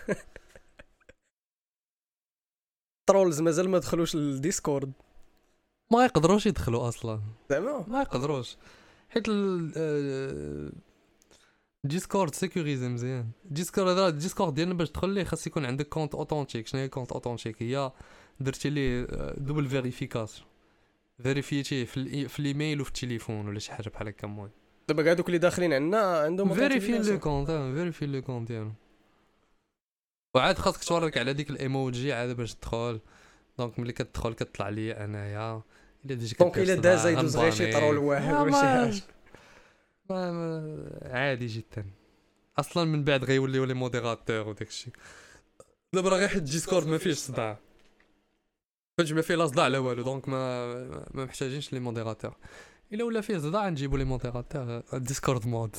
ترولز مازال ما دخلوش للديسكورد ما يقدروش يدخلوا اصلا، زعما. ما يقدروش حيت ال آه، ديسكورد سيكوريزي مزيان. ديسكورد هذا الديسكورد ديالنا باش تدخل ليه خاص يكون عندك كونت اوثنتيك. شنو هي كونت اوثنتيك؟ هي درتي ليه دوبل فيريفيكاسيون، فيريفيتيه في ال في الايميل وفي التليفون ولا شي حاجه بحال هكا. المهم دابا كاع دوك اللي داخلين عندنا عندهم فيريفي لو كونت فيريفي لو كونت ديالو، وعاد خاصك تورك على ديك الايموجي عاد باش تدخل. دونك ملي كتدخل كتطلع لي انايا الا ديجي دونك الا دازا يدوز غير شي طرول واحد ولا شي حاجه ما ما عادي جدا. اصلا من بعد غيوليو لي موديراتور وداك الشيء. دابا راه غير حيت ديسكورد ما فيهش صداع، فهمتي ما فيه لا صداع لا والو، دونك ما ما محتاجينش لي موديراتور. الا ولا فيه صداع نجيبوا لي موديراتور ديسكورد مود.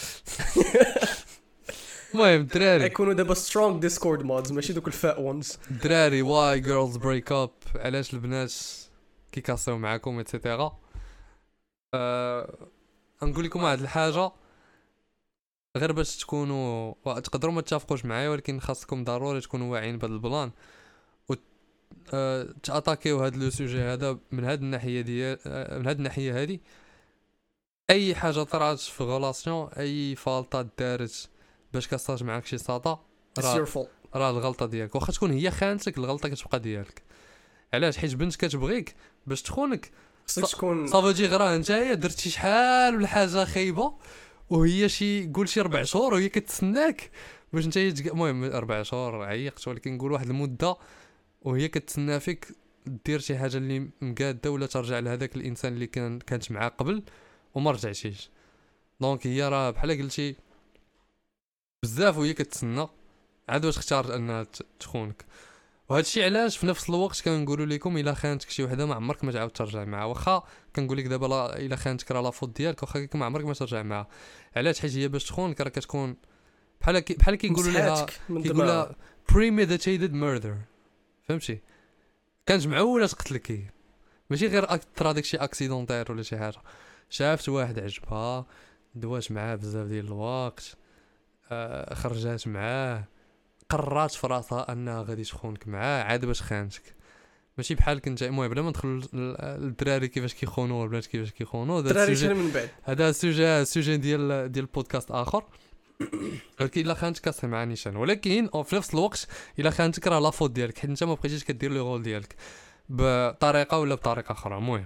المهم الدراري يكونوا دابا سترونغ ديسكورد مودز ماشي دوك الفاء وونز. الدراري واي جيرلز بريك اب، علاش البنات كيكاسيو معاكم ايتترا. أه... نقول لكم واحد الحاجه غير باش تكونوا تقدروا ما تتفقوش معايا، ولكن خاصكم ضروري تكونوا واعيين بهذا البلان و أه... تاتاكيو هذا لو سوجي هذا من هذه الناحيه ديال أه... من هذه الناحيه هذه. اي حاجه طرات في غولاسيون، اي فالطه دارت باش كاصاج معاك شي ساطا، راه راه الغلطه ديالك. واخا تكون هي خانتك الغلطه كتبقى ديالك. علاش؟ حيت بنت كتبغيك باش تخونك خصك تكون صافا تجي غير نتايا درتي شحال ولا حاجه خايبه وهي شي قول شي ربع شهور وهي كتسناك باش نتايا تج... المهم اربع شهور عيقت، ولكن نقول واحد المده وهي كتسنى فيك دير شي حاجه اللي مقاده ولا ترجع لهذاك الانسان اللي كان كانت معاه قبل وما رجعتيش. دونك هي راه بحال قلتي بزاف وهي كتسنى عاد واش اختارت انها تخونك. وهذا الشيء علاش في نفس الوقت كنقولوا لكم الا خانتك شي وحده ما عمرك ما تعاود ترجع معها. واخا كنقول لك دابا لا الا خانتك راه لا فوت ديالك، واخا ما عمرك ما ترجع معها. علاش؟ حيت هي باش تخونك راه كتكون بحال كي بحال كيقولوا لها كيقول لها premeditated murder، فهمتي؟ كانت معوله تقتلك هي، ماشي غير طرا داك شي اكسيدونتير ولا شي حاجه. شافت واحد عجبها دوات معاه بزاف ديال الوقت، آه خرجات معاه، قررات في راسها انها غادي تخونك معاه عاد باش خانتك. ماشي بحال كنت. المهم بلا ما ندخل للدراري كيفاش كيخونوا والبنات كيفاش كيخونوا، الدراري شنو من بعد هذا السوجي السوجي ديال ديال البودكاست اخر. ولكن الا خانتك كاصح مع نيشان، ولكن في نفس الوقت الا خانتك راه لا فوت ديالك حيت انت ما بقيتيش كدير لو رول ديالك بطريقه ولا بطريقه اخرى. المهم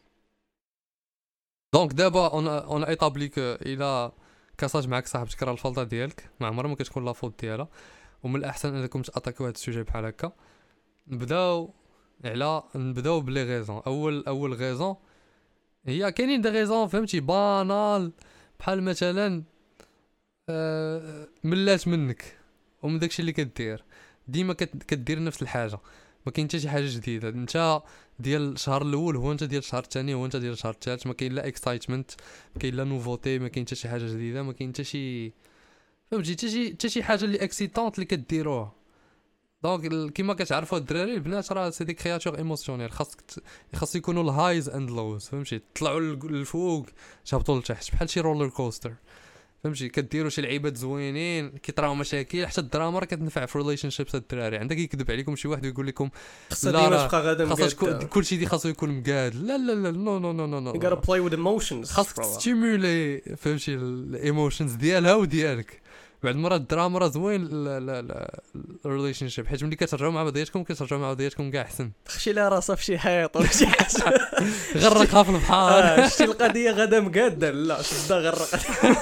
دونك دابا اون اون ايطابليك الى كاساج معك صاحبتك راه الفلطه ديالك ما عمرها ما كتكون لا فوت ديالها، ومن الاحسن انكم تاتاكيو هذا السوجي بحال هكا. نبداو على نبداو بلي غيزون. اول اول غيزون هي كاينين دي غيزون فهمتي بانال، بحال مثلا آه ملات منك ومن داكشي اللي كدير ديما كدير نفس الحاجه، ما كاين حتى شي حاجه جديده. انت ديال الشهر الاول هو انت ديال الشهر الثاني هو انت ديال الشهر الثالث، ما كاين لا اكسايتمنت، ما كاين لا نوفوتي، ما كاين حتى شي حاجه جديده، ما كاين حتى شي فهمتي حتى شي حتى شي حاجه اللي اكسيتونت اللي كديروها. دونك كيما كتعرفوا الدراري البنات راه سي دي كرياتور ايموسيونيل، خاصك خاص يكونوا الهايز اند لوز فهمتي، تطلعوا للفوق تهبطوا لتحت بحال شي رولر كوستر فهمتي، كديروا شي لعيبات زوينين كيطراو مشاكل. حتى الدراما راه كتنفع في ريليشن شيبس الدراري، عندك يكذب عليكم شي واحد ويقول لكم خاصها ديما تبقى غادا خاصك مقاد كلشي دي خاصو يكون مقاد، لا لا لا نو نو نو نو نو you gotta play with emotions خاصك ستيمولي فهمتي الايموشنز ديالها وديالك. بعد المرات الدراما راه زوين لا لا لا الريليشن شيب، حيت ملي كترجعوا مع بعضياتكم كترجعوا مع بعضياتكم كاع احسن. تخشي لها راسها في شي حيط ولا شي حاجه غرقها في البحر. اه شتي القضيه غادا مقاده لا شدها غرقت.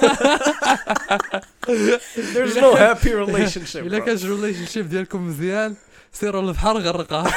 there's no happy relationship. الا كانت الريليشن شيب ديالكم مزيان سيروا للبحر غرقها.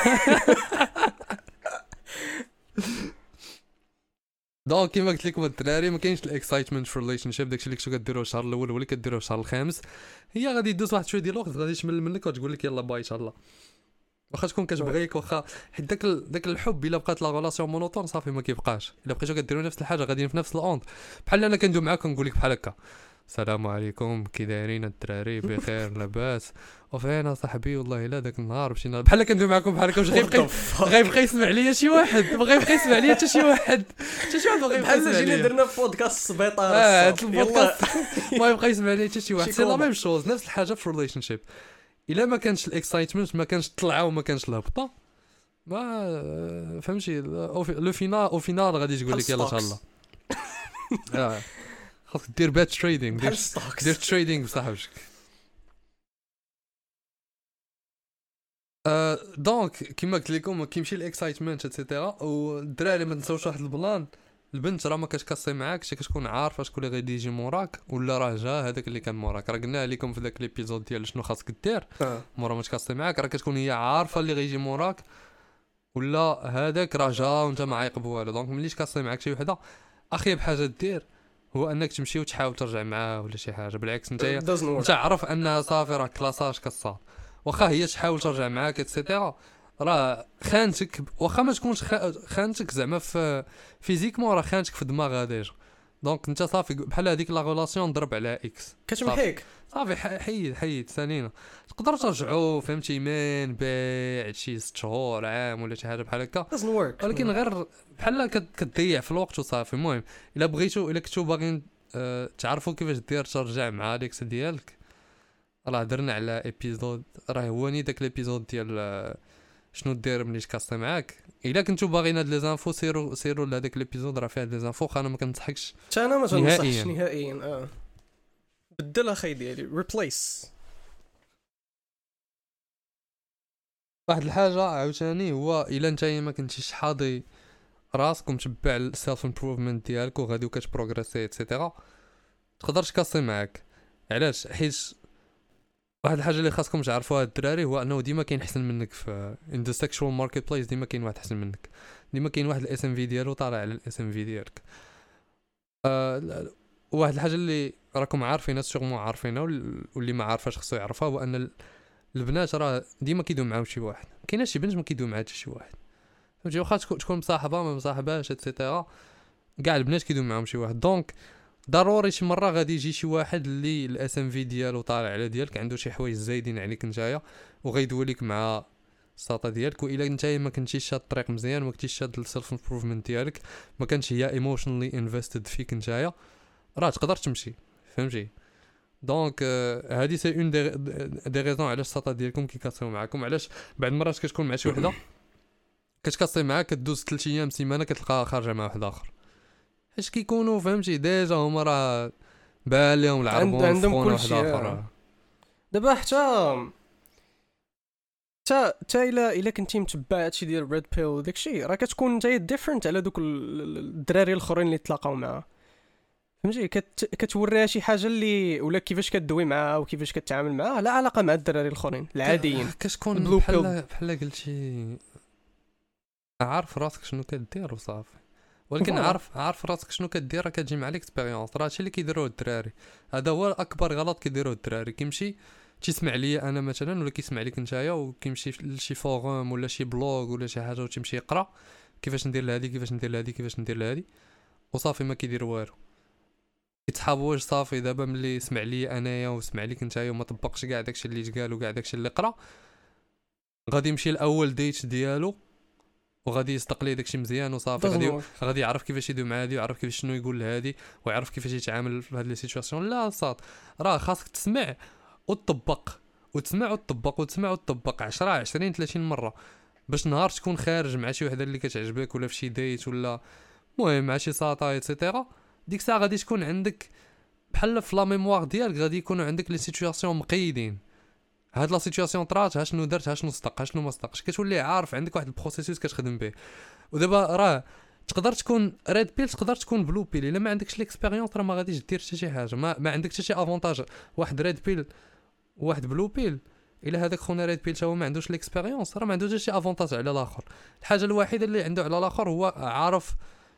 دونك كيما قلت لكم الدراري ما كاينش الاكسايتمنت في الريليشن شيب، داكشي اللي كنتو كديروه الشهر الاول واللي كديروه الشهر الخامس هي غادي يدوز واحد شويه ديال الوقت غادي تمل منك وتقول لك يلا باي ان شاء الله، واخا تكون كتبغيك واخا حيت داك داك الحب الا بقات لا ريلاسيون مونوتون صافي ما كيبقاش. الا بقيتو كديروا نفس الحاجه غاديين في نفس الاوند، بحال انا كندوي معاكم نقول لك بحال هكا السلام عليكم كي دايرين الدراري بخير لاباس وفين صاحبي والله الا داك النهار مشينا بحال كندوي معاكم بحال هكا واش غيبقى غيبقى يسمع ليا شي واحد ما غيبقى يسمع ليا حتى شي واحد حتى شي واحد ما غيبقى يسمع ليا. بحال جينا درنا في بودكاست سبيطار اه البودكاست ما يبقى يسمع ليا حتى شي واحد. سي لا ميم شوز نفس الحاجه في الريليشن شيب، الا ما كانش الاكسايتمنت ما كانش الطلعه وما كانش الهبطه ما فهمتي لو فينال او فينال غادي تقول لك يلا ان شاء الله. اه خاصك دير بات تريدينغ، دير دير تريدينغ بصاحبك. آه دونك كيما قلت لكم كيمشي الاكسايتمنت اتسيتيرا، والدراري ما تنساوش واحد البلان، البنت راه ما كتكاسي معاك شي كتكون عارفه شكون اللي غادي يجي موراك ولا راه جا هذاك اللي كان موراك. راه قلنا لكم في ذاك ليبيزود ديال شنو خاصك دير مورا ما تكاسي معاك، راه كتكون هي عارفه اللي غيجي موراك ولا هذاك راه جا وانت ما عايق بوالو. دونك ملي تكاسي معاك شي وحده اخيب حاجه دير هو انك تمشي وتحاول ترجع معاه ولا شي حاجه، بالعكس انت انت عارف انها صافي راه كلاصاج كصار، واخا هي تحاول ترجع معاك اتسيتيرا راه خانتك، واخا ما تكونش خانتك زعما في فيزيكمون راه خانتك في دماغها ديجا. دونك انت صافي بحال هذيك لا ريلاسيون ضرب على اكس كتمحيك صافي حيد حيد سالينا. تقدروا ترجعوا فهمتي من بعد شي ست شهور عام ولا شي حاجه بحال هكا ولكن غير بحال كتضيع في الوقت وصافي. المهم الا بغيتو الا كنتو باغيين أه تعرفوا كيفاش دير ترجع مع ليكس ديالك راه درنا على ايبيزود راه هو ني داك ليبيزود ديال شنو دير ملي تكاسطي معاك. الا كنتو باغيين هاد لي زانفو سيروا سيروا لهداك ليبيزود راه فيه هاد لي زانفو. انا ما كنصحكش حتى انا ما تنصحش نهائيا. اه بدل اخي ديالي ريبليس واحد الحاجه عاوتاني هو الا نتايا ما كنتيش حاضي راسك ومتبع السيلف امبروفمنت ديالك وغادي وكتبروغريسي ايتترا تقدر تكاسي معاك. علاش؟ حيت واحد الحاجه اللي خاصكم تعرفوها الدراري هو انه ديما كاين احسن منك في ان ذا سيكشوال ماركت بليس، ديما كاين واحد احسن منك، ديما كاين واحد الاس ام في ديالو طالع على الاس ام في ديالك. أه واحد الحاجه اللي راكم عارفينها سيغمون عارفينها واللي ما عارفاش خصو يعرفها هو ان البنات راه ديما كيدوي معاهم شي واحد، كاينه شي بنت ما كيدوي معاها حتى شي واحد فهمتي، واخا تكون مصاحبه ما مصاحباش اتسيتيرا كاع البنات كيدوي معاهم شي واحد. دونك ضروري شي مره غادي يجي شي واحد اللي الاس ام في ديالو طالع على ديالك عنده شي حوايج زايدين عليك نتايا وغيدوي لك مع الساطا ديالك. والا نتايا ما كنتيش شاد الطريق مزيان ما كنتيش شاد السيلف امبروفمنت ديالك ما كانش هي ايموشنلي انفستد فيك نتايا راه تقدر تمشي فهمتي. دونك هادي سي اون دي دي ريزون علاش الساطا ديالكم كيكاسيو معاكم. علاش بعد المرات كتكون مع شي وحده كتكاسي معاك كدوز ثلاثة ايام سيمانه كتلقاها خارجه مع واحد اخر اش كيكونوا فهمتي ديجا هما راه بان لهم العربون عندهم كل شيء. دابا حتى حتى حتى الا الا كنتي متبع هادشي ديال ريد بيل وداك الشيء راه كتكون نتايا ديفرنت على دوك الدراري الاخرين اللي تلاقاو معاه فهمتي، كت... كتوريها شي حاجه اللي ولا كيفاش كدوي معاها وكيفاش كتعامل معاها لا علاقه مع الدراري الاخرين العاديين. كتكون بحال بحال قلتي عارف راسك شنو كدير وصافي، ولكن عارف عارف راسك شنو كدير راه كتجي مع ليكسبيريونس. راه هادشي اللي كيديروه الدراري، هذا هو اكبر غلط كيديروه الدراري. كيمشي تيسمع ليا انا مثلا ولا كيسمع ليك نتايا وكيمشي لشي فوروم ولا شي بلوغ ولا شي حاجه وتمشي يقرا كيفاش ندير لهادي كيفاش ندير لهادي كيفاش ندير لهادي وصافي ما كيدير والو. يتحاب واش صافي دابا ملي سمع لي انايا وسمع ليك نتايا وما طبقش كاع داكشي اللي تقال وكاع داكشي اللي قرا غادي يمشي الاول ديت ديالو وغادي يصدق ليه داكشي مزيان وصافي، غادي غادي يعرف كيفاش يدوي مع هادي ويعرف كيفاش شنو يقول لهادي ويعرف كيفاش يتعامل في هاد لي سيتوياسيون. لا صاد راه خاصك تسمع وتطبق وتسمع وتطبق وتسمع وتطبق عشرة عشرين ثلاثين مره باش نهار تكون خارج مع شي وحده اللي كتعجبك ولا في شي ديت ولا المهم مع شي ساطا ايتترا، ديك الساعه غادي تكون عندك بحال في لا ميموار ديالك غادي يكونوا عندك لي سيتوياسيون مقيدين. هاد لا سيتوياسيون طرات ها شنو درت ها شنو صدق ها شنو ما صدقش، كتولي عارف عندك واحد البروسيسوس كتخدم به. ودابا راه تقدر تكون ريد بيل تقدر تكون بلو بيل، الا ما عندكش ليكسبيريونس راه ما غاديش دير حتى شي حاجه، ما, ما عندك حتى شي افونتاج. واحد ريد بيل وواحد بلو بيل، الا هذاك خونا ريد بيل تا هو ما عندوش ليكسبيريونس راه ما عندوش حتى شي افونتاج على الاخر. الحاجه الوحيده اللي عنده على الاخر هو عارف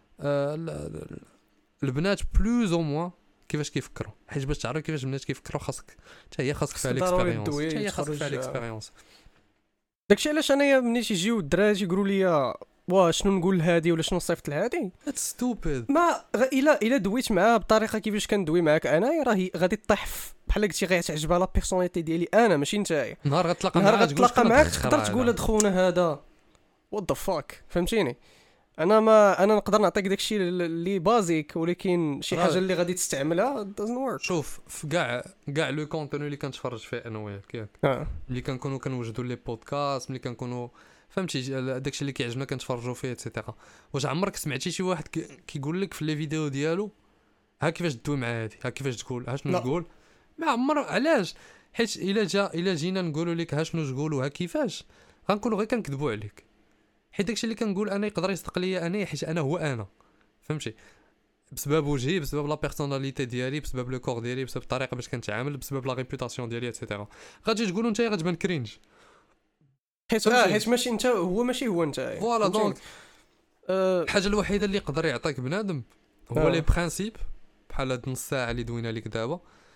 آه البنات بلوز او موان كيفاش كيفكروا، حيت باش تعرف كيفاش البنات كيفكروا خاصك حتى هي خاصك فيها ليكسبيريونس، حتى هي خاصك فيها ليكسبيريونس. داكشي علاش انايا ملي تيجيو الدراري يقولوا لي وا شنو نقول لهادي ولا شنو نصيفط لهادي، اتس ستوبيد. ما الا الا دويت معاه بطريقه كيفاش كندوي معاك انايا راه غادي تطيح بحال قلتي غيتعجبها لا بيرسوناليتي ديالي انا ماشي نتايا. نهار غتلاقى معاك نهار غتلاقى معاك تقدر تقول هاد خونا هذا وات ذا فاك، فهمتيني؟ انا ما انا نقدر نعطيك داكشي اللي بازيك، ولكن شي حاجه اللي غادي تستعملها doesn't work. شوف في كاع كاع لو كونتوني اللي كنتفرج فيه انا وياك ياك اه اللي كنكونوا كنوجدوا لي بودكاست، ملي كنكونوا فهمتي داكشي اللي كيعجبنا كنتفرجوا فيه ايتترا. واش عمرك سمعتي شي واحد كيقول لك في لي فيديو ديالو ها كيفاش تدوي مع هادي ها كيفاش تقول ها شنو تقول؟ ما عمر. علاش؟ حيت الا جا الا جينا نقولوا لك ها شنو تقولوا ها كيفاش غنكونوا غير كنكذبوا عليك، حيت داكشي اللي كنقول انا يقدر يصدق ليا انا حيت انا هو انا، فهمتي؟ بسبب وجهي، بسبب لا بيرسوناليتي ديالي، بسبب لو كور ديالي، بسبب الطريقه باش كنتعامل، بسبب لا ريبوتاسيون ديالي ايتترا. غادي تقولوا نتايا غتبان كرينج حيت اه حيت ماشي انت هو ماشي هو انت. فوالا دونك الحاجه الوحيده اللي يقدر يعطيك بنادم هو لي برينسيپ بحال هاد نص ساعه اللي دوينا لك دابا،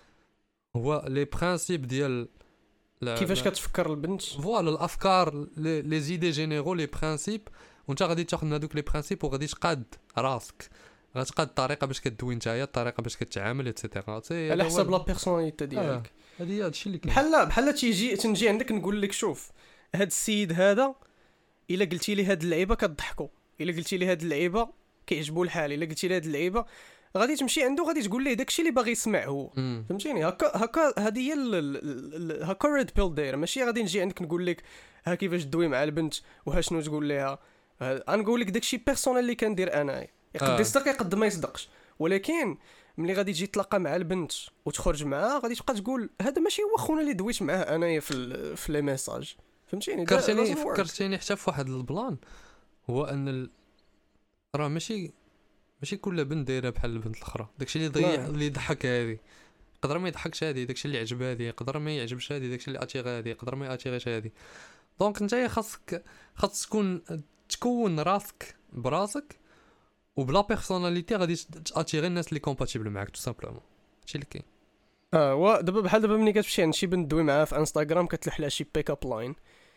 هو لي برينسيپ ديال كيفاش كتفكر البنت، فوالا الافكار لي زيدي جينيرو لي برينسيپ، وانت غادي تاخذ هذوك لي برينسيپ وغادي تقاد راسك، غتقاد الطريقه باش كدوي نتايا، الطريقه باش كتعامل ايتترا على حسب لا بيرسوناليتي ديالك. هذه هي هادشي اللي كاين. بحال بحال تيجي تنجي عندك نقول لك شوف هاد السيد هذا الا قلتي لي هاد اللعيبه كضحكوا، الا قلتي لي هاد اللعيبه كيعجبوا الحال، الا قلتي لي هاد اللعيبه غادي تمشي عنده غادي تقول ليه داكشي اللي باغي يسمع هو، فهمتيني؟ هكا هكا هذه هي هكا ريد بيل داير. ماشي غادي نجي عندك نقول لك ها كيفاش تدوي مع البنت وها شنو تقول ليها، غنقول لك داكشي بيرسونال اللي كندير انايا، يقدر يصدق يقدر ما يصدقش، ولكن ملي غادي تجي تلاقى مع البنت وتخرج معها غادي تبقى تقول هذا ماشي هو خونا اللي دويت معاه انايا في في لي ميساج، فهمتيني؟ فكرتيني فكرتيني حتى في واحد البلان، هو ان ال... راه ماشي ماشي كل بنت دايره بحال البنت الاخرى. داكشي اللي ضيع اللي ضحك هذه يقدر ما يضحكش هذه، داكشي اللي عجب هذه يقدر ما يعجبش هذه، داكشي اللي اتيغ هذه يقدر ما ياتيغيش هذه. دونك انت خاصك خاص تكون تكون راسك براسك وبلا بيرسوناليتي غادي تاتيغي الناس اللي كومباتيبل معاك تو سامبلومون. هادشي اللي كاين. اه و دابا بحال دابا ملي كتمشي عند شي بنت دوي معاها في انستغرام كتلوح لها شي بيك اب لاين،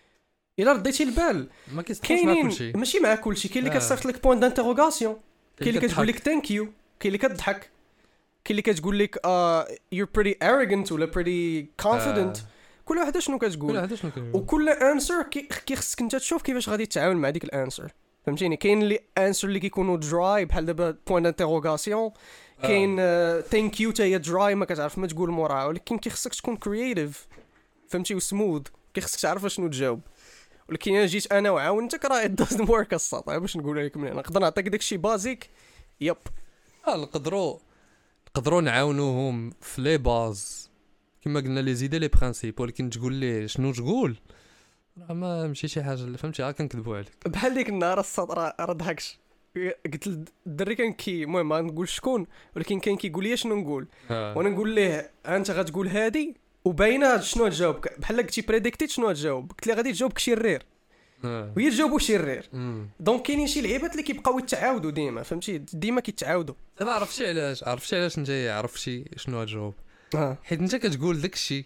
الا رديتي البال ما كيستخدمش مع كلشي، ماشي مع كلشي. كاين اللي كتصيفط لك بوين دانتيروغاسيون، كاين اللي كتقول لك ثانك يو، كاين اللي كتضحك، كاين اللي كتقول لك اه you're pretty arrogant ولا pretty confident. كل واحده شنو كتقول، كل واحده شنو كتقول، وكل انسر كيخصك انت تشوف كيفاش غادي تتعامل مع ديك الانسر، فهمتيني؟ كاين اللي انسر اللي كيكونوا دراي بحال دابا بوين دانتيروغاسيون، كاين ثانك يو تا هي دراي ما كتعرف ما تقول موراها، ولكن كيخصك تكون كرييتيف، فهمتي؟ وسموث، كيخصك تعرف شنو تجاوب. ولكن انا جيت انا وعاونتك راه it doesn't work السطح باش نقول لك منين نقدر نعطيك داكشي بازيك. يب اه نقدروا نقدروا نعاونوهم في لي باز كما قلنا لي زيدي لي برينسيپ، ولكن تقول ليه شنو تقول راه ما ماشي شي حاجه اللي فهمتي راه كنكذبوا عليك. بحال ديك النهار السطر راه ضحكش، قلت الدري كان كي المهم ما نقول شكون، ولكن كان كيقول لي شنو نقول آه. وانا نقول ليه انت غتقول هادي وباينه شنو تجاوبك، بحال قلتي بريديكتيت شنو تجاوب، قلت لي غادي تجاوبك شرير آه. وهي تجاوبوا شرير. مم. دونك كاينين شي لعيبات اللي كيبقاو يتعاودوا ديما، فهمتي؟ ديما كيتعاودوا. دابا عرفتي علاش عرفتي علاش انت عرفتي شنو تجاوب، اه حيت انت كتقول داكشي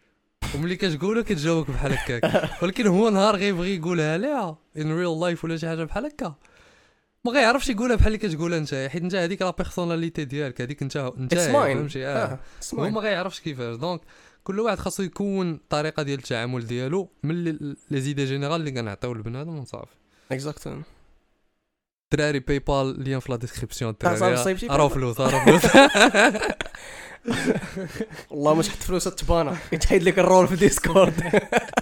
وملي كتقولو كتجاوبك بحال هكاك، ولكن هو نهار غيبغي يقولها ليها ان ريل لايف ولا شي حاجه بحال هكا ما غيعرفش يقولها بحال اللي كتقولها انت، حيت انت هذيك لا بيرسوناليتي ديالك هذيك انت انت فهمتي اه هو ما غيعرفش كيفاش. دونك كل واحد خاصو يكون الطريقه ديال التعامل ديالو من لي زيدي جينيرال اللي كنعطيو للبنادم وصافي. اكزاكتلي. دراري باي بال لين في لا ديسكريبسيون صايب شي راه فلوس راه فلوس. والله ما تحط فلوس تبانا يتحيد لك الرول في ديسكورد.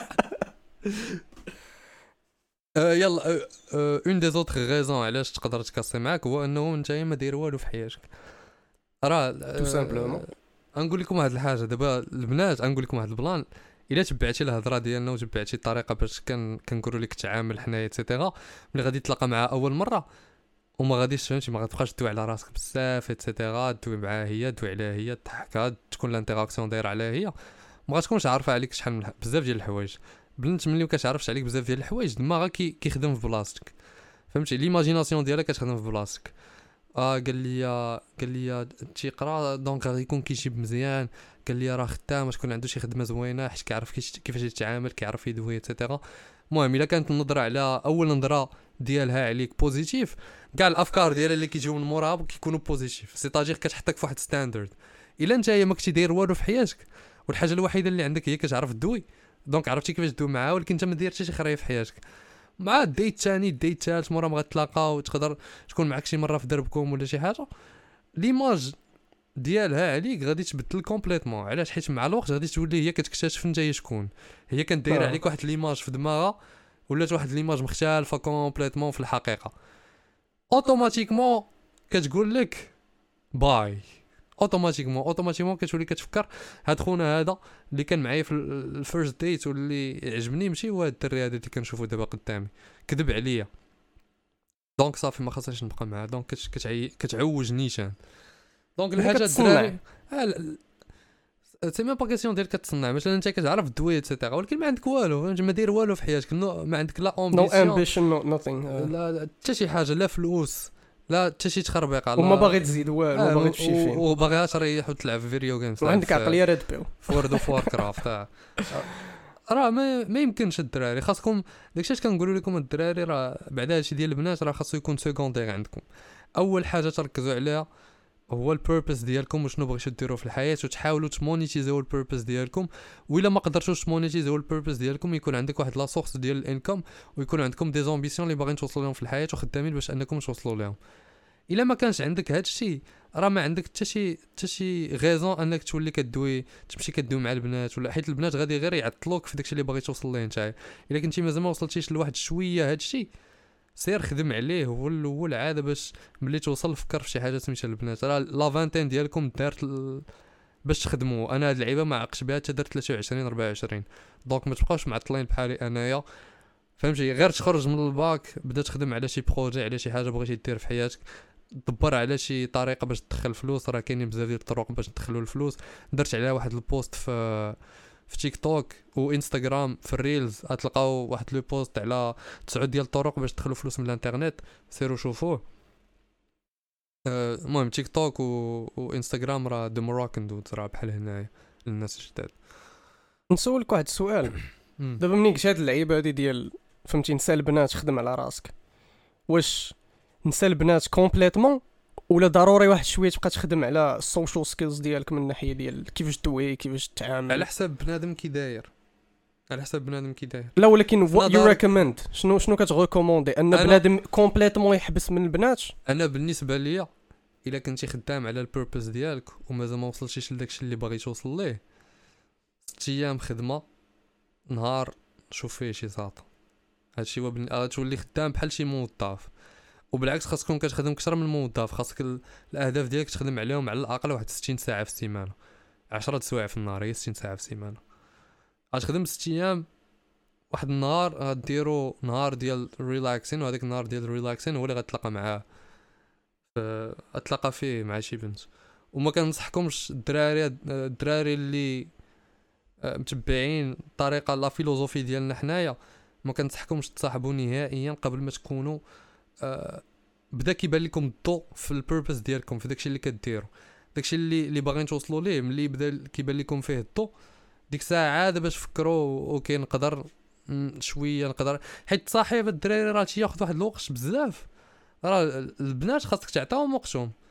يلا اون دي زوتر ريزون علاش تقدر تكاسي معاك هو انه نتايا ما داير والو في حياتك. راه تو سامبلومون غنقول لكم واحد الحاجه دابا البنات، غنقول لكم واحد البلان. الا تبعتي الهضره ديالنا وتبعتي الطريقه باش كان كنقولوا لك تعامل حنايا ايتترا، ملي غادي تلاقى معها اول مره وما غاديش فهمتي ما غتبقاش تدوي على راسك بزاف ايتترا، تدوي معها هي تدوي عليها هي تضحكها، تكون الانتراكسيون دايره عليها هي، ما غتكونش عارفه عليك شحال من بزاف ديال الحوايج. بنت ملي ما كتعرفش عليك بزاف ديال الحوايج دماغها كي كيخدم في بلاصتك، فهمتي ليماجيناسيون ديالها كتخدم في بلاصتك. اه قال لي قال لي تيقرا دونك غيكون كيجيب مزيان، قال لي راه خدام تكون عنده شي خدمه زوينه حيت كيعرف كيفاش يتعامل كيعرف يدوي ايتترا. المهم الا كانت النظره على اول نظره ديالها عليك بوزيتيف، كاع الافكار ديالها اللي كيجيو من موراها كيكونوا بوزيتيف، سيتاجير كتحطك في واحد ستاندرد. الا نتايا ما كنتي داير والو في حياتك والحاجه الوحيده اللي عندك هي كتعرف تدوي، دونك عرفتي كيفاش تدوي معاها ولكن انت ما داير حتى شي خريه في حياتك، مع الديت الثاني الديت الثالث مره ما غتلاقاو وتقدر تكون معك شي مره في دربكم ولا شي حاجه، ليماج ديالها عليك غادي تبدل كومبليتمون. علاش؟ حيت مع الوقت غادي تولي هي كتكتشف انت هي شكون، هي كانت دايره عليك واحد ليماج في دماغها ولات واحد ليماج مختلفه كومبليتمون في الحقيقه. اوتوماتيكمون كتقول لك باي، اوتوماتيكمون اوتوماتيكمون كتولي كتفكر هاد خونا هذا اللي كان معايا في الفيرست ديت واللي عجبني ماشي هو هاد الدري هذا اللي كنشوفو دابا قدامي، كذب عليا، دونك صافي ما خاصنيش نبقى معاه، دونك كتعي كتعوج نيشان. دونك الحاجه الدراري سي ميم با كيسيون ديال كتصنع، مثلا انت كتعرف دوي ايتترا ولكن ما عندك والو، فهمتي ما داير والو في حياتك، ما عندك لا امبيسيون نو امبيشن نو نوثينغ، لا حتى شي حاجه، لا فلوس لا حتى شي تخربيق، وما باغي تزيد والو، ما باغي تمشي فين، وباغي تريح وتلعب في فيديو جيمز، وعندك عقليه ريد بيل فورد اوف وار كرافت. راه ما ما يمكنش الدراري، خاصكم داكشي اش كنقولوا لكم الدراري، راه بعد هادشي ديال البنات راه خاصو يكون سيكوندير عندكم. اول حاجه تركزوا عليها هو البيربز ديالكم وشنو بغيتو ديروا في الحياه، وتحاولوا تمونيتيزيو البيربز ديالكم، وإلا ما قدرتوش تمونيتيزيو البيربز ديالكم يكون عندك واحد لا سورس ديال الانكم، ويكون عندكم دي زامبيسيون اللي باغيين توصلوا لهم في الحياه وخدامين باش انكم توصلوا لهم. الا ما كانش عندك هذا الشيء راه ما عندك حتى شي حتى شي غيزون انك تولي كدوي تمشي كدوي مع البنات، ولا حيت البنات غادي غير يعطلوك في داكشي اللي باغي توصل ليه نتايا. الا كنتي مازال ما وصلتيش لواحد شويه هذا الشيء، سير خدم عليه هو الاول عاده باش ملي توصل فكر في شي حاجه سميتها البنات. راه لا فانتين ديالكم دارت ل... باش تخدموا. انا هاد اللعيبه ما عقش بها حتى درت ثلاثة وعشرين أربعة وعشرين، دونك ما تبقاوش معطلين بحالي انايا، فهمتي؟ غير تخرج من الباك بدا تخدم على شي بروجي، على شي حاجه بغيتي دير في حياتك، دبر على شي طريقه باش تدخل فلوس، راه كاينين بزاف ديال الطرق باش تدخلوا الفلوس. درت عليها واحد البوست في في تيك توك وانستغرام في الريلز، غتلقاو واحد لو بوست على تسعود ديال الطرق باش تدخلوا فلوس من الانترنت، سيروا شوفوه. المهم تيك توك و... وانستغرام راه دو مراكن دو راه بحال هنايا للناس الجداد. نسولك واحد السؤال، دابا منين قلت هاد اللعيبه هادي ديال فهمتي نسى البنات خدم على راسك، واش نسى البنات كومبليتمون ولا ضروري واحد شويه تبقى تخدم على السوشيال سكيلز ديالك من الناحيه ديال كيفاش توي كيفاش تتعامل؟ على حسب بنادم كي داير، على حسب بنادم كي داير. لا ولكن وات يو ريكومند، شنو شنو كتريكوموندي ان بنادم كومبليتمون يحبس من البنات؟ انا بالنسبه ليا الا كنتي خدام على البيربز ديالك ومازال ما وصلتيش لداكشي اللي باغي توصل ليه، ست ايام خدمه نهار شوف فيه شي ساطه، هادشي هو بن... تولي خدام بحال شي موظف. وبالعكس خاص تكون كتخدم اكثر من موظف، خاصك ال... الاهداف ديالك تخدم عليهم على الاقل واحد ستين ساعه في السيمانه، عشرة سوايع في النهار، هي ستين ساعه في السيمانه. غتخدم ست ايام، واحد النهار غديرو نهار ديال ريلاكسين، وهذاك النهار ديال ريلاكسين هو اللي غتلاقى معاه اتلاقى فيه مع شي بنت. وما كنصحكمش الدراري الدراري اللي متبعين الطريقه لا فيلوزوفي ديالنا حنايا، ما كنصحكمش تصاحبوا نهائيا قبل ما تكونوا أه بدا كيبان لكم الضوء في البيربز ديالكم، في داكشي اللي كديروا، داكشي اللي اللي باغيين توصلوا ليه. ملي بدا كيبان لكم فيه الضوء ديك الساعه عاد باش فكروا اوكي نقدر شويه نقدر، حيت صاحب الدراري راه تياخذ واحد الوقت بزاف. راه البنات خاصك تعطيهم وقتهم،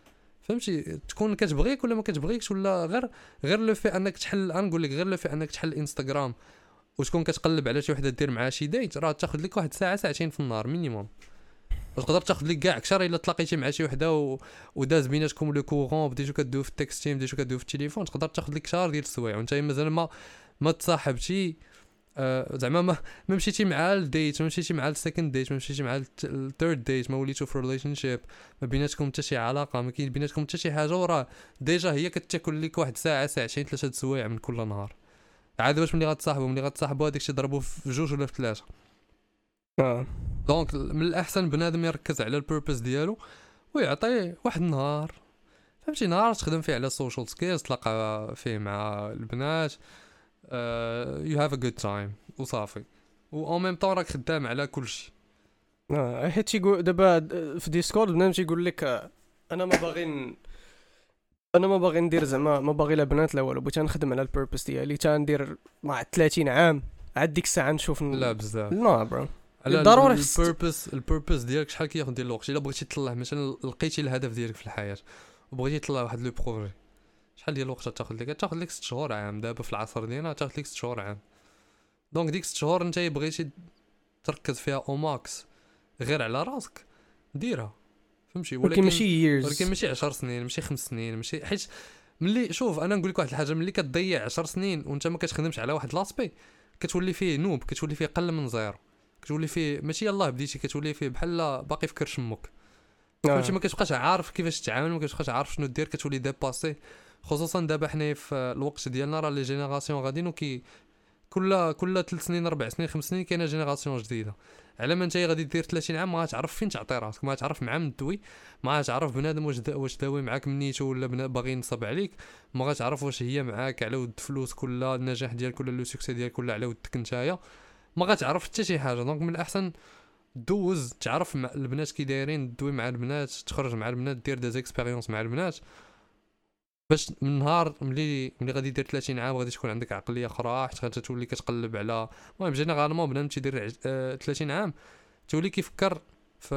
فهمتي تكون كتبغيك ولا ما كتبغيكش، ولا غير غير لو في انك تحل، نقول لك غير لو في انك تحل انستغرام وتكون كتقلب على شي وحده دير معها شي ديت، راه تاخذ لك واحد ساعه ساعتين في النهار مينيموم. تقدر تاخذ لك كاع اكثر الا تلاقيتي مع شي وحده و... وداز بيناتكم لو كورون، بديتو كدويو في التكستيم، بديتو كدويو في التليفون، تقدر تاخذ لك شهر ديال السوايع وانت مازال ما ما تصاحبتي. آه زعما ما ما مشيتي مع الديت، ما مشيتي مع السكند ديت، ما مشيتي مع الثيرد ديت، ما وليتو في ريليشن شيب، ما بيناتكم حتى شي علاقه، ما كاين بيناتكم حتى شي حاجه، وراه ديجا هي كتاكل لك واحد ساعه ساعتين ثلاثه السوايع من كل نهار. عاد واش ملي غتصاحبوا ملي غتصاحبوا هذاك الشيء ضربوه في جوج ولا في ثلاثه. اه دونك من الاحسن بنادم يركز على البيربز ديالو ويعطيه واحد النهار، فهمتي، نهار تخدم فيه على السوشيال سكيلز، تلاقى فيه مع البنات، يو هاف ا جود تايم وصافي، و اون ميم طون راك خدام على كلشي. اه حيت تيقول دابا في ديسكورد بنادم تيقول لك آه، انا ما باغي ن- انا ما باغي ندير زعما ما باغي لا بنات لا والو، بغيت نخدم على البيربز ديالي، تا ندير مع ثلاثين عام عاد ديك الساعه نشوف ن... لا بزاف لا برو على ضروري خص- البيربز. البيربز ديالك شحال كياخذ ديال الوقت الا بغيتي تطلع مثلا لقيتي الهدف ديالك في الحياه وبغيتي تطلع واحد لو بروجي، شحال ديال الوقت تاخذ لك؟ تاخذ لك ست شهور عام. دابا في العصر ديالنا تاخذ لك ست شهور عام. دونك ديك ست شهور انت بغيتي تركز فيها او ماكس غير على راسك ديرها، فهمتي، ولكن ولكن ماشي years، ولكن ماشي عشر سنين، ماشي خمس سنين، ماشي حيت ملي شوف انا نقول لك واحد الحاجه، ملي كتضيع عشر سنين وانت ما كتخدمش على واحد لاسبي كتولي فيه نوب، كتولي فيه قل من زيرو، كتولي فيه ماشي يلاه بديتي، كتولي فيه بحال باقي في كرش امك، فهمتي، ما كتبقاش عارف كيفاش تتعامل، ما كتبقاش عارف شنو دير، كتولي ديباسي. خصوصا دابا حنا في الوقت ديالنا راه لي جينيراسيون غاديين وكي كل كل ثلاث سنين اربع سنين خمس سنين كاينه جينيراسيون جديده. على ما انت غادي دير ثلاثين عام ما غاتعرف فين تعطي راسك، ما غاتعرف مع من دوي، ما غاتعرف بنادم واش دا واش داوي معاك منيتو ولا بنا باغي ينصب عليك، ما غاتعرف واش هي معاك على ود فلوس كلها النجاح ديالك ولا لو سوكسي ديالك ولا على ودك نتايا، ما غاتعرف حتى شي حاجه. دونك من الاحسن دوز تعرف مع البنات كي دايرين، دوي مع البنات، تخرج مع البنات، دير دي زيكسبيريونس مع البنات، باش من نهار ملي ملي غادي دير ثلاثين عام غادي تكون عندك عقليه اخرى، حيت غادي تولي كتقلب على المهم جينيرالمون بنادم تيدير آه ثلاثين عام تولي كيفكر في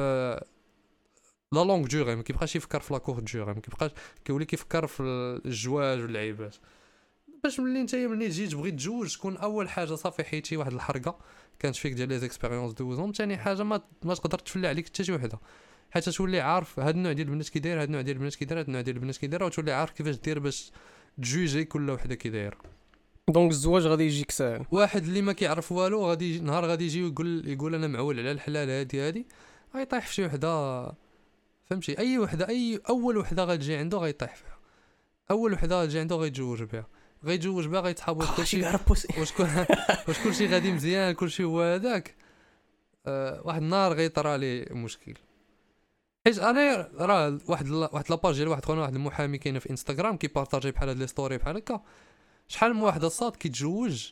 لا لونغ دوري، ما كيبقاش يفكر في لا كور دوري، ما كيبقاش كيولي كيفكر في الزواج واللعيبات، باش ملي نتايا ملي تجي تبغي تزوج تكون اول حاجه صافي حيتي واحد الحرقه كانت فيك ديال لي زيكسبيريونس دوزهم، ثاني حاجه ما ما تقدر تفلى عليك حتى شي وحده، حيت تولي عارف هاد النوع ديال البنات كي داير، هاد النوع ديال البنات كي داير، هاد النوع ديال البنات كي داير، وتولي عارف كيفاش دير باش تجوجي كل وحده كي داير. دونك الزواج غادي يجيك ساهل. واحد اللي ما كيعرف والو غادي يجي نهار غادي يجي ويقول يقول انا معول على الحلال هادي هادي غيطيح في شي وحده، فهمتي، اي وحده اي اول وحده غتجي عنده غيطيح فيها، اول وحده غتجي عنده غيتزوج بها، غيتزوج بها غيتحابوا كلشي واش كل واش كلشي غادي مزيان كلشي هو هذاك، أه واحد النهار غيطرى ليه مشكل. حيت انا راه واحد واحد لاباج ديال واحد خونا واحد المحامي كاينه في انستغرام كيبارطاجي بحال هاد لي ستوري بحال هكا، شحال من واحد الصاد كيتزوج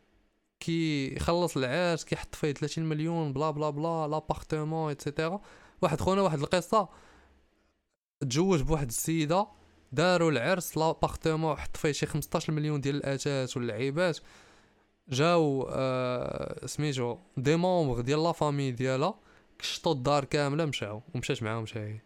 كيخلص العرس كيحط فيه ثلاثين مليون بلا بلا بلا لابارتمون ايتترا. واحد خونا واحد القصه تزوج بواحد السيده داروا العرس لابارتمون حط فيه شي خمسطاش مليون ديال الاثاث واللعيبات، جاو آه سميتو دي مونبر ديال لا فامي ديالها كشطوا الدار كامله مشاو ومشات معاهم مشى هي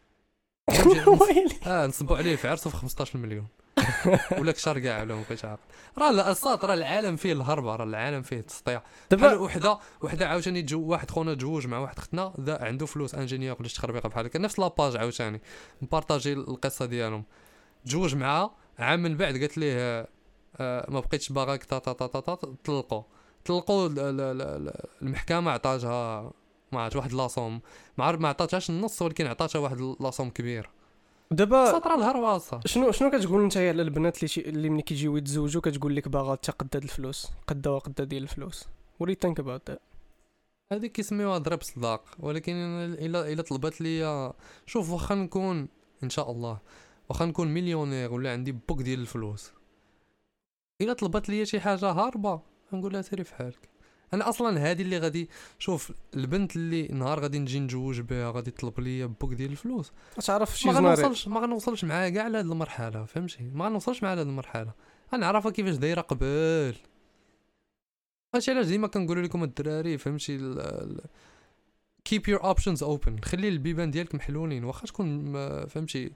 اه نصبوا عليه في عرسه في خمسطاش مليون ولا كثر كاع ولا ما بقيتش عارف. راه لا الساط راه العالم فيه الهربه، راه العالم فيه التسطيع. بحال وحده وحده عاوتاني تجو واحد خونا تزوج مع واحد ختنا عنده فلوس انجينيور ولا شي تخربيقه بحال هكا، نفس لاباج عاوتاني مبارطاجي القصه ديالهم، تزوج معها عام من بعد قالت ليه آه ما بقيتش باغاك تا تا تا تا طلقوا طلقوا المحكمه عطاتها ما عرفت واحد لاصوم ما عرف ما عطاتهاش النص ولكن عطاتها واحد لاصوم كبير. دابا سطر الهرواصه شنو شنو كتقول انت على البنات اللي شي... اللي ملي كيجيو يتزوجوا كتقول لك باغا تقدد الفلوس قدا وقدا ديال الفلوس؟ ولي ثينك اباوت ذات؟ هذيك كيسميوها ضرب صداق، ولكن الا الا طلبت لي شوف واخا نكون ان شاء الله واخا نكون مليونير ولا عندي بوك ديال الفلوس، الا طلبت لي شي حاجه هاربه نقول لها سيري في حالك. انا اصلا هذه اللي غادي شوف البنت اللي نهار غادي نجي نتزوج بها غادي تطلب لي بوك ديال الفلوس تعرف شي ما زناري غنوصلش ما غنوصلش معاها كاع لهاد المرحله، فهمتي، ما غنوصلش معاها لهاد المرحله، غنعرفها كيفاش دايره قبل. هادشي علاش ديما كنقول لكم الدراري فهمتي ال... keep your options open، خلي البيبان ديالك محلولين، واخا تكون فهمتي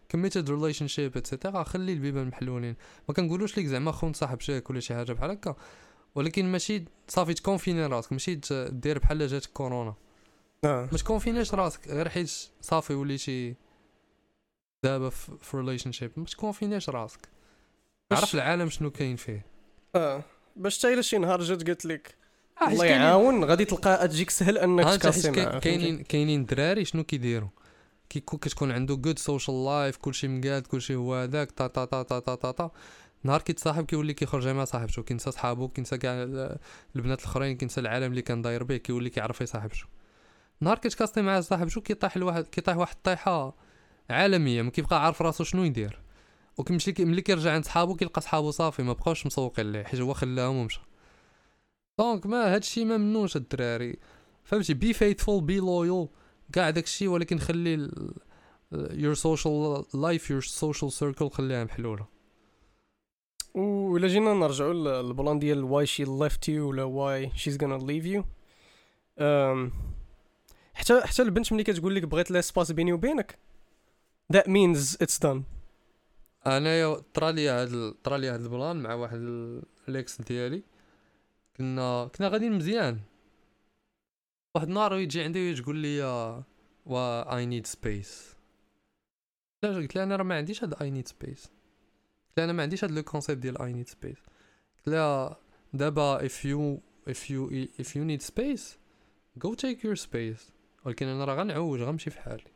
كوميتد ريليشن شيب اتسيتيرا خلي البيبان محلولين. ما كنقولوش ليك زعما خون صاحب شاك ولا شي حاجه بحال هكا، ولكن ماشي صافي تكونفيني راسك، ماشي دير بحال جاتك كورونا. اه ما تكونفينيش راسك غير حيت صافي وليتي دابا في ريليشن شيب. ما تكونفينيش راسك، عرف العالم شنو كاين فيه. اه باش حتى الا شي نهار جات قالت لك آه، حيت الله كاينين- يعاون غادي تلقى تجيك سهل انك ها انت حيت تكاسي كاين- معاه. كاينين كاينين دراري شنو كيديروا، كيكون كتكون عنده جود سوشيال لايف، كلشي مقاد، كلشي هو هذاك تا تا تا تا تا تا تا نهار كيتصاحب كيولي كيخرج مع صاحبته، كينسى صحابو، كينسى كاع ال- البنات الاخرين، كينسى العالم اللي كان داير به، كيولي كيعرف يصاحبشو. نهار كتكاستي مع صاحبشو كيطيح الواحد كيطيح واحد الطيحه عالميه، ما كيبقى عارف راسو شنو يدير. وكيمشي كي- ملي كيرجع عند صحابو كيلقى صحابو صافي ما بقاوش مسوقين ليه حيت هو خلاهم ومشى. دونك ما هادشي ما منوش الدراري، فهمتي؟ بي فيثفول بي لويال كاع داكشي، ولكن خلي ال- your social life your social circle خليها محلوله. ولا جينا نرجعوا للبلان ديال why she left you ولا why she's gonna leave you. um, حتى حتى البنت ملي كتقول لك بغيت لاسباس بيني وبينك that means it's done. انايا طرالي هاد طرالي هاد البلان مع واحد ال- الاكس ديالي، كنا كنا غاديين مزيان. واحد النهار يجي عندي تقول لي و I need space. لا قلت لها انا راه ما عنديش هاد I need space، قلت لها انا ما عنديش هاد لو كونسيبت ديال I need space. قلت لها دابا if you if you if you need space go take your space، ولكن انا راه غنعوج غنمشي في حالي.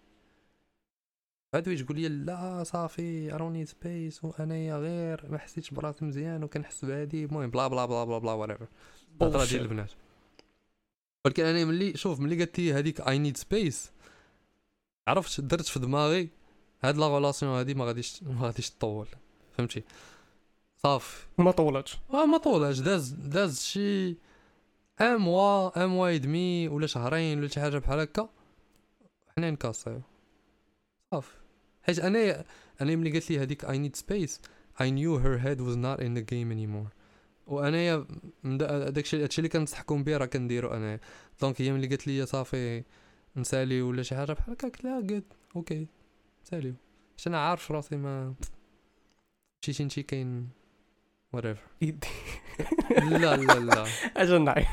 بعد تقول لي لا صافي I don't need space وانايا غير ما حسيتش براسي مزيان وكنحس بهادي، المهم بلا بلا بلا بلا بلا whatever الهضره ديال البنات. ولكن انا ملي شوف ملي قالت لي هذيك I need space عرفت درت في دماغي هاد لا غولاسيون هادي ما غاديش ما غاديش تطول، فهمتي؟ صافي ما طولتش. اه ما طولش، داز داز شي ان موا ان موا دمي ولا شهرين ولا شي حاجه بحال هكا حنا نكاسيو صافي. حيت انا انا ملي قالت لي هذيك I need space I knew her head was not in the game anymore. وانايا داكشي هادشي اللي كنصحكم به راه كنديرو انا. دونك هي ملي قالت لي صافي نسالي ولا شي حاجه بحال هكا قلت لها قد اوكي ساليو، باش انا عارف راسي ما مشيتي نتي كاين whatever. لا لا لا اجل نعي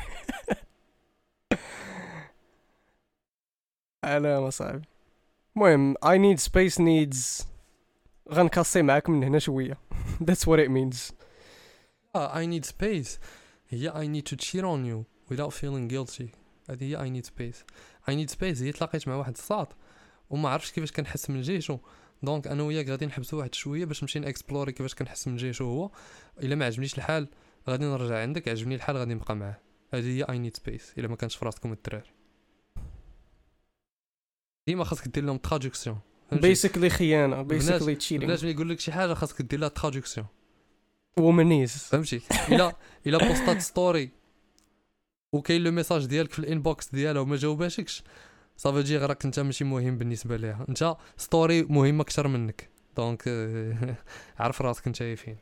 على مصاعب. المهم I need space needs غنكاسي معاك من هنا شويه. That's what it means. آه I need space هي I need to cheat on you without feeling guilty. هذه هي I need space. I need space هي تلاقيت مع واحد الساط وما عرفتش كيفاش كنحس من جيشو، دونك انا وياك غادي نحبسوا واحد شويه باش نمشي نكسبلوري كيفاش كنحس من جيشو هو. الا ما عجبنيش الحال غادي نرجع عندك، عجبني الحال غادي نبقى معاه. هذه هي I need space. الا ما كانش في راسكم الدراري ديما خاصك دير لهم تراديكسيون. basically خيانه بنات- basically cheating بلاش ملي يقول لك شي حاجه خاصك دير لها تراديكسيون، womanese. فهمتي؟ الا الا بوستات ستوري وكاين لو ميساج ديالك في الانبوكس ديالها وما جاوباتكش صافي جي غير انت ماشي مهم بالنسبه ليها، انت ستوري مهمه اكثر منك. دونك عرف راسك انت فين.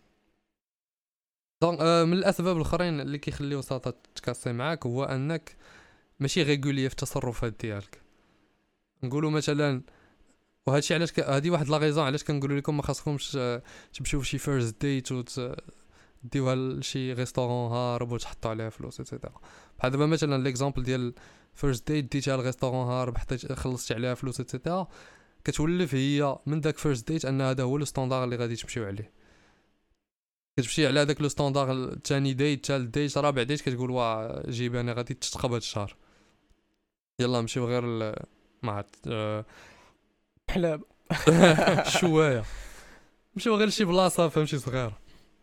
دونك من الاسباب الاخرين اللي كيخليو ساطا تكاسي معاك هو انك ماشي ريغولي في التصرفات ديالك. نقولوا مثلا وهادشي علاش هادي واحد لا غيزون علاش كنقولوا لكم ما خاصكمش تمشيو شي فيرست ديت وديوها لشي ريستورون هارب وتحطوا عليها فلوس ايتترا. بحال دابا مثلا ليكزامبل ديال فيرست ديت ديتها لريستورون هارب حطيت خلصتي عليها فلوس ايتترا، كتولف هي من داك فيرست ديت ان هذا هو لو ستاندار اللي غادي تمشيو عليه. كتمشي على داك لو ستاندار ثاني ديت ثالث ديت رابع ديت كتقول واه جيب انا غادي تشتقب هاد الشهر يلا نمشيو غير ما عرفت حلاب شويه نمشيو غير لشي بلاصه فهمتي صغيره.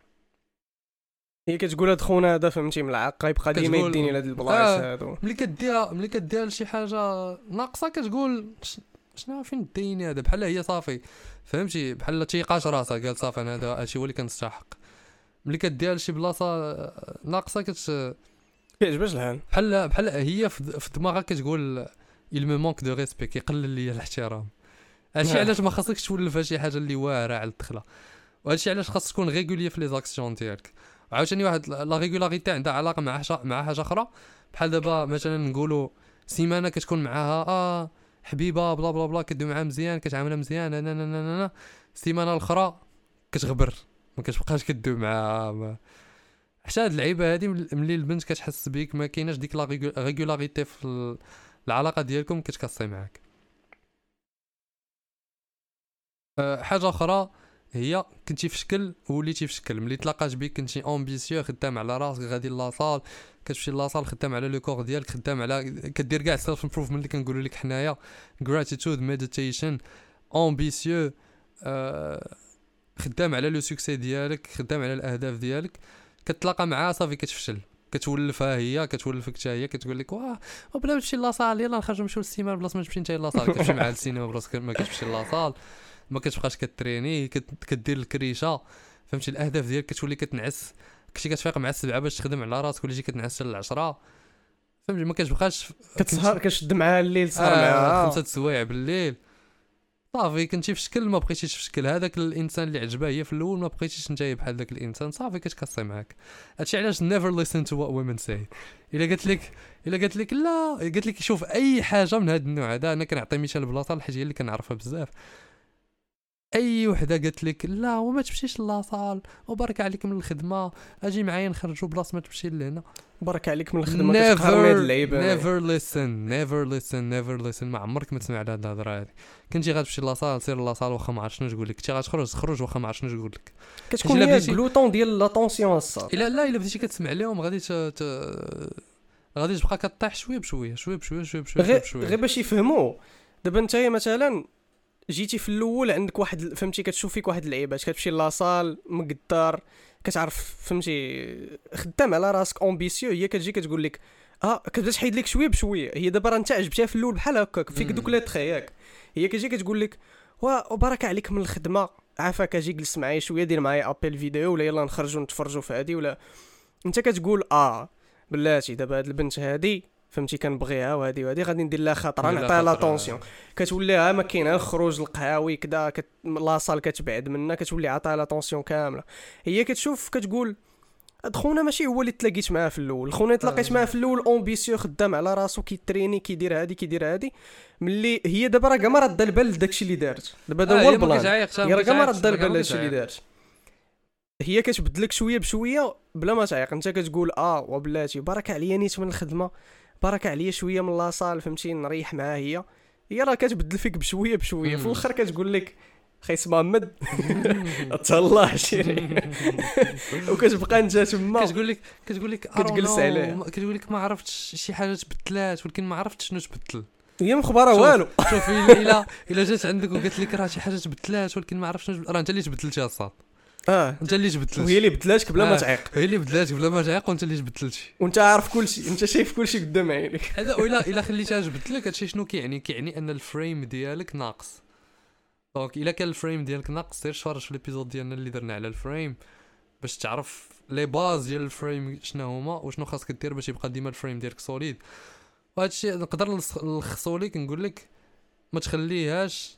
هي كتقول هاد خونا هذا فهمتي ملعق يبقى ديما كتقول- يديني لهاد البلايص آه. هادو. ملي كديرها ملي كدير لشي حاجه ناقصه كتقول ش- شنو فين ديني هذا بحال هي صافي فهمتي بحال تيقاش راسها قال صافي انا هذا هادشي هو اللي كنستحق. ملي كدير لشي بلاصه ناقصه كت كيعجبهاش الحال. بحال بحال هي في في دماغها كتقول il me manque de respect كيقلل ليا الاحترام. هادشي نعم. علاش ما خاصكش تولف شي حاجه اللي واعره على الدخله، وهادشي علاش خاص تكون ريغولي في لي زاكسيون ديالك. عاوتاني واحد لا ريغولاريتي عندها علاقه مع حاجه مع حاجه اخرى. بحال دابا مثلا نقولوا سيمانه كتكون معاها اه حبيبه بلا بلا بلا، كدوي معاها مزيان، كتعاملها مزيان، انا انا انا انا السيمانه الاخرى كتغبر، ما كتبقاش كدوي معاها. ما... حتى هاد اللعيبه هادي ملي البنت كتحس بيك ما كايناش ديك لا ريغولاريتي في العلاقه ديالكم، كتكاسي معاك. أه حاجه اخرى هي كنتي في شكل وليتي في شكل، ملي تلاقات بيك كنتي امبيسيو، خدام على راسك، غادي لاصال، كتمشي لاصال، خدام على لو كور ديالك، خدام على كدير كاع سيلف امبروفمنت اللي كنقولوا لك حنايا، غراتيتود، ميديتيشن، امبيسيو، أه خدام على لو سوكسي ديالك، خدام على الاهداف ديالك. كتلاقى معها صافي كتفشل، كتولفها هي، كتولفك حتى هي، كتقول لك واه بلا تمشي لاصال، يلاه نخرجوا نمشيو للسينما، بلاصه ما تمشي نتا لاصال، كتمشي مع السينما بلاصه ما كتمشي لاصال، ما كتبقاش كتريني، كدير الكريشه، فهمتي. الاهداف ديالك كتولي كتنعس، كنتي كتفيق مع السبعه باش تخدم على راسك، وليتي كتنعس للعشرة، فهمتي. ما كتبقاش كتسهر كتشد معها الليل، سهر آه معها خمسة السوايع بالليل، صافي كنتي في شكل، ما بقيتيش في شكل. هذاك الانسان اللي عجبه هي في الاول، ما بقيتيش نتايا بحال داك الانسان، صافي كتكسي معاك. هادشي علاش never listen to what women say. الا قالت لك الا قالت لك لا، قالت لك شوف اي حاجه من هذا النوع هذا، انا كنعطي مثال بلاصه حيت هي اللي كنعرفها بزاف. اي وحده قالت لك لا وما تمشيش لاصال وبارك عليك من الخدمه، اجي معايا نخرجوا بلاصه ما تمشي لهنا، برك عليك من الخدمه، كتقهرني هاد اللعيبه. never listen never listen never listen. ما عمرك ما تسمع على هاد الهضره هادي. كنتي غتمشي لاصال، سير لاصال، واخا ما عرفت شنو تقول لك، كنتي غتخرج خرج، واخا ما عرفت شنو تقول لك، كتكون هي البلوطون ديال لاتونسيون الصاد. الا لا الا بديتي كتسمع لهم غادي ت... ت... غادي تبقى كطيح شويه بشويه شويه بشويه شويه بشويه بشويه غير باش يفهموا. دابا نتايا مثلا جيتي في الاول عندك واحد، فهمتي، كتشوف فيك واحد اللعيبات، كتمشي لاصال مقدار، كتعرف فهمتي خدام على راسك، امبيسيو، هي كتجي كتقول لك اه، كتبدا تحيد لك شويه بشويه. هي دابا راه انت عجبتيها في الاول بحال هكاك، فيك دوك لي تخي ياك، هي كتجي كتقول لك وا وبارك عليك من الخدمه، عافاك اجي جلس معايا شويه، دير معايا ابل فيديو، ولا يلا نخرجوا نتفرجوا في هذه، ولا انت كتقول اه بلاتي دابا هاد البنت هادي فهمتي كنبغيها، وهادي وهادي غادي ندير لها خاطر، نعطيها لاتونسيون. كتولي ها ما كاين الخروج القهاوي كذا، كت... لاصال كتبعد منها، كتولي عطاها لاتونسيون كامله. هي كتشوف كتقول هاد خونا ماشي هو اللي تلاقيت معاه في الاول، خونا تلاقيت معاه في الاول امبيسيو، خدام على راسو، كيتريني، كيدير هادي كيدير هادي، ملي هي دابا راه كاع ما رد البال داكشي اللي دارت، دابا هذا هو البلان، هي راه كاع ما رد البال داكشي اللي دارت. هي كتبدلك شويه بشويه بلا ما تعيق، انت كتقول اه وبلاتي بارك عليا نيت من الخدمه، بارك عليا شويه من لاصال، فهمتي نريح معها. هي هي راه كتبدل فيك بشويه بشويه، في الاخر كتقول لك خيس محمد تهلا شيري، وكتبقى انت تما كتقول لك كتقول لك كتجلس عليه، كتقول لك ما عرفتش شي حاجه تبدلات، ولكن ما عرفتش شنو تبدل، هي مخبره والو. شوف الا الا جات عندك وقالت لك راه شي حاجه تبدلات ولكن ما عرفتش شنو، راه انت اللي تبدلتيها الصاد، اه انت اللي جبدلتي، وهي اللي بدلاتك بلا آه. ما تعيق، هي اللي بدلاتك بلا ما تعيق، وانت اللي جبدلتي، وانت عارف كلشي، انت شايف كلشي قدام عينيك. هذا الا الا خليتها جبدلك هادشي شنو كيعني؟ كيعني ان الفريم ديالك ناقص. دونك الا كان الفريم ديالك ناقص، سير شارج في الابيزود ديالنا اللي درنا على الفريم باش تعرف لي باز ديال الفريم شنو هما وشنو خاصك دير باش يبقى ديما الفريم ديالك سوليد. وهذا الشيء نقدر نلخصو لك، نقول لك ما تخليهاش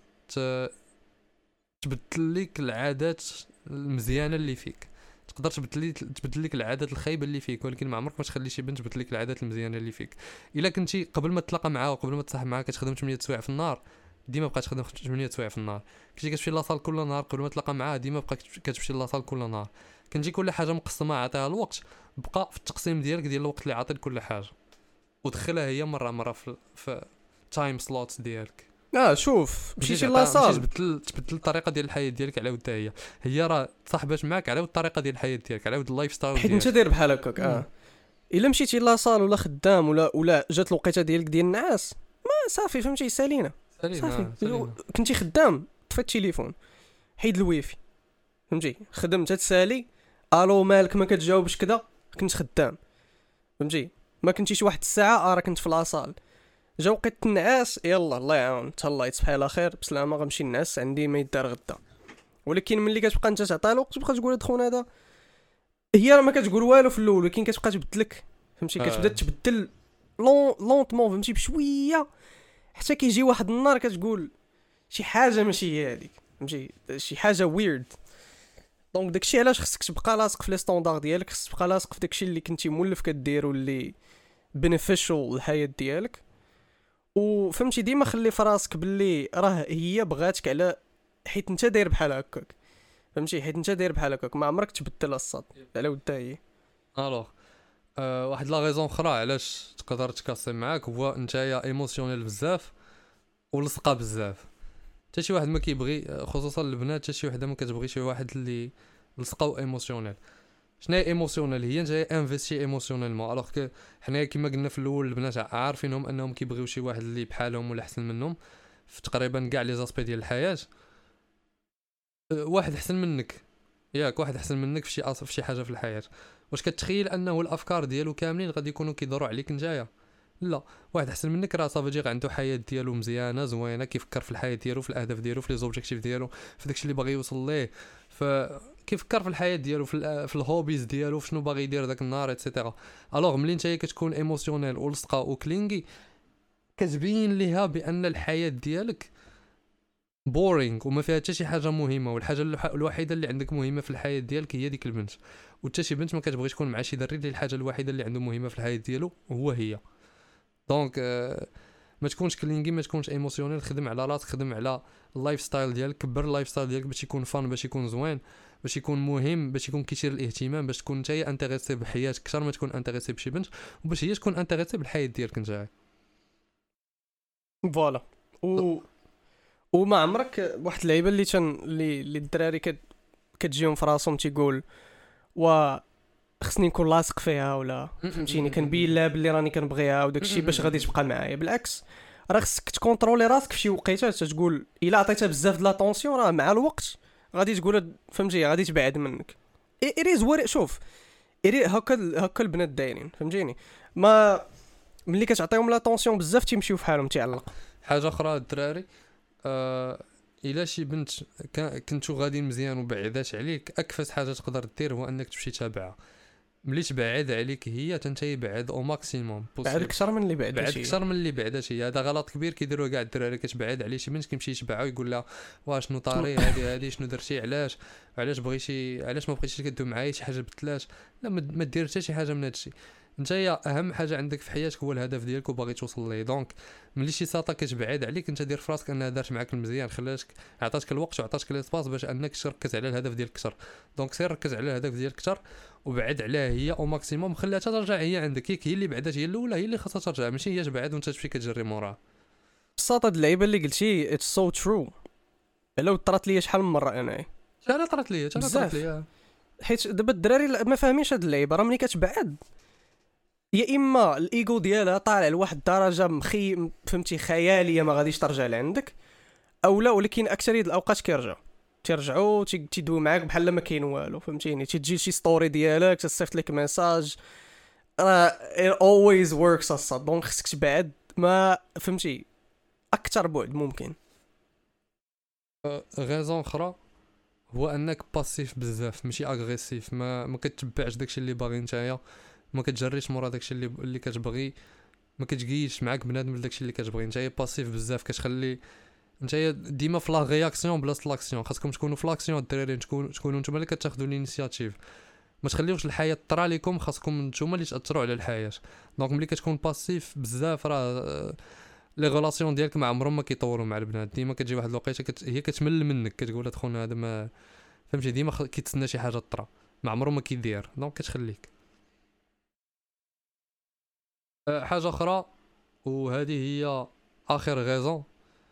تبدل لك العادات المزيانه اللي فيك، تقدر تبدل تبدل لك العادات الخايبه اللي فيك، ولكن ما عمرك ما تخلي شي بنت تبدل لك العادات المزيانه اللي فيك. الا كنتي قبل ما تتلاقى معها وقبل ما تصاحب معها كتخدم ثمانية سوايع في النهار، ديما بقى تخدم ثمانية سوايع في النهار. كنتي كتمشي لاصال كل نهار قبل ما تلاقى معها، ديما بقى كتمشي لاصال كل نهار. كنتي كل حاجه مقسمه عطيها الوقت، بقى في التقسيم ديالك ديال الوقت اللي عاطي لكل حاجه، ودخلها هي مره مره في في تايم سلوتس ديالك. اه شوف مشيتي لاصال، تبدل تبدل الطريقه ديال الحياه ديالك على ودها هي هي راه صاحبات معاك على ود الطريقه ديال الحياه ديالك، على ود اللايف ستايل حيت انت داير بحال هكاك. اه الا مشيتي لاصال ولا خدام ولا ولا جات الوقيته ديالك ديال النعاس، ما صافي فهمتي سالينا صافي. كنتي خدام طفي التليفون، حيد الويفي، فهمتي خدمت تسالي الو مالك ما كتجاوبش كذا، كنت خدام، فهمتي ما كنتيش واحد الساعه اه راه كنت في لاصال، جا وقت النعاس يلا الله يعاون تهلا يتصبح على خير بسلامه غنمشي نعس عندي ما يدار غدا. ولكن ملي كتبقى انت تعطي الوقت تبقى تقول هاد خونا هذا، هي راه ما كتقول والو في الاول، ولكن كتبقى تبدلك، فهمتي كتبدا تبدل لون لونطمون، فهمتي بشويه، حتى كيجي واحد النهار كتقول شي حاجه ماشي هي هذيك، فهمتي شي حاجه ويرد. دونك داكشي علاش خصك تبقى لاصق في لي ستاندار ديالك، خصك تبقى لاصق في داكشي اللي كنتي مولف كديرو اللي بينيفيشال للحياه ديالك، وفهمتي ديما خلي في راسك باللي راه هي بغاتك على حيت انت داير بحال هكاك، فهمتي، حيت انت داير بحال هكاك ما عمرك تبدل الصاد على ودها هي. الوغ أه واحد لا ريزون اخرى علاش تقدر تكاسي معاك هو نتايا ايموسيونيل بزاف ولصقه بزاف. حتى شي واحد ما كيبغي، خصوصا البنات، حتى شي وحده ما كتبغي شي واحد اللي لصقه و ايموسيونيل. شنو هي ايموسيونيل؟ هي نتايا انفيستي ايموسيونيلمون. الوغ كو حنايا كما قلنا في الاول البنات عارفينهم انهم كيبغيو شي واحد اللي بحالهم ولا احسن منهم في تقريبا كاع لي زاسبي ديال الحياه. واحد احسن منك، ياك واحد احسن منك في شي اصف في شي حاجه في الحياه، واش كتخيل انه الافكار ديالو كاملين غادي يكونوا كيدوروا عليك نتايا؟ لا، واحد احسن منك راه صافي جيغ عنده حياه ديالو مزيانه زوينه، كيفكر في الحياه ديالو، في الاهداف ديالو، في لي زوبجيكتيف ديالو، في داكشي اللي باغي يوصل ليه، فكيفكر في الحياه ديالو، في, في الهوبيز ديالو، في شنو باغي يدير داك النهار ايتترا. الوغ ملي نتايا كتكون ايموسيونيل ولصقه وكلينغي كتبين ليها بان الحياه ديالك بورينغ وما فيها حتى شي حاجه مهمه، والحاجه الوحيده اللي عندك مهمه في الحياه ديالك هي ديك البنت، وحتى شي بنت ما كتبغي تكون مع شي دري اللي الحاجه الوحيده اللي عنده مهمه في الحياه ديالو هو هي. دونك آه ما تكونش كلينغي، ما تكونش ايموسيونيل، خدم على راسك، خدم على اللايف ستايل ديالك، كبر اللايف ستايل ديالك باش يكون فان، باش يكون زوين، باش يكون مهم، باش يكون كيثير الاهتمام، باش تكون نتايا انتريسي بحياتك اكثر ما تكون انتريسي بشي بنت، وباش هي تكون انتريسي بالحياه ديالك نتايا. فوالا. و وما عمرك واحد اللعيبه اللي تن اللي اللي الدراري كت... كتجيهم في راسهم تيقول و خصني نكون لاصق فيها ولا فهمتيني كنبين لها باللي راني كنبغيها وداك الشيء باش غادي تبقى معايا. بالعكس راه خصك تكونترولي راسك في شي وقيتات، تقول الا عطيتها بزاف د لاتونسيون راه مع الوقت غادي تقول فهمتي غادي تبعد منك. اريز وري شوف اري هكا هكا البنات دايرين فهمتيني، ما ملي كتعطيهم لاتونسيون بزاف تيمشيو في حالهم تيعلقوا. حاجه اخرى الدراري، آه الا شي بنت كنتو غادي مزيان وبعدات عليك، اكفس حاجه تقدر دير هو انك تمشي تابعها. ملي تبعد عليك هي تنتي بعد او ماكسيموم بوسيبل، بعد اكثر من اللي بعد بعد اكثر من اللي بعدات هي. هذا غلط كبير كيديروه كاع الدراري، كتبعد عليه شي بنت كيمشي يتبعها ويقول لها واش شنو طاري هذه هذه شنو درتي، علاش علاش بغيتي، علاش ما بغيتيش كدوي معايا، شي حاجه بدلات. لا ما دير حتى شي حاجه من هادشي. نتايا اهم حاجه عندك في حياتك هو الهدف ديالك وباغي توصل ليه. دونك ملي شي ساطا كتبعد عليك انت دير في راسك انها دارت معاك المزيان، خلاتك عطاتك الوقت وعطاتك ليسباس باش انك تركز على الهدف ديالك اكثر. دونك سير ركز على الهدف ديالك اكثر وبعد عليها هي او ماكسيموم، خليها ترجع هي عندك. هي هي اللي بعدات هي الاولى، هي اللي خاصها ترجع، ماشي هي تبعد وانت تمشي كتجري موراها. بساطه هاد اللعيبه اللي قلتي اتس سو ترو. لو طرات لي شحال من مره انا شحال طرات لي شحال طرات لي حيت دابا الدراري ما فاهمينش هاد اللعيبه. راه ملي كتبعد يا اما الايجو ديالها طالع لواحد الدرجه مخي فهمتي خياليه ما غاديش ترجع لعندك، او لا ولكن اكثريه الاوقات كيرجعوا تيرجعوا تيدوي معاك بحال ما كاين والو فهمتيني. تيجي شي ستوري ديالك تصيفط لك ميساج، راه it always works الصاد. دونك خصك تبعد ما فهمتي اكثر بعد ممكن. غيزون اخرى هو انك باسيف بزاف ماشي اغريسيف، ما ما كتبعش داكشي اللي باغي نتايا، ما كتجريش مورا داكشي اللي اللي كتبغي، ما كتجيش معاك بنادم داكشي اللي كتبغي. نتايا باسيف بزاف كتخلي نتايا ديما في لا رياكسيون بلاصه لاكسيون. خاصكم تكونوا في لاكسيون الدراري، تكونوا تكونوا نتوما اللي كتاخذوا الانيشياتيف، ما تخليوش الحياه طرا لكم، خاصكم نتوما اللي تاثروا على الحياه. دونك ملي كتكون باسيف بزاف راه لي غولاسيون ديالك مع عمرهم ما كيطوروا مع البنات. ديما كتجي واحد الوقيته كت... هي كتمل منك، كتقول هاد خونا هذا ما فهمتي، ديما خ... كيتسنى شي حاجه طرا مع عمره ما كيدير، دونك كتخليك. أه حاجه اخرى وهذه هي اخر غيزون،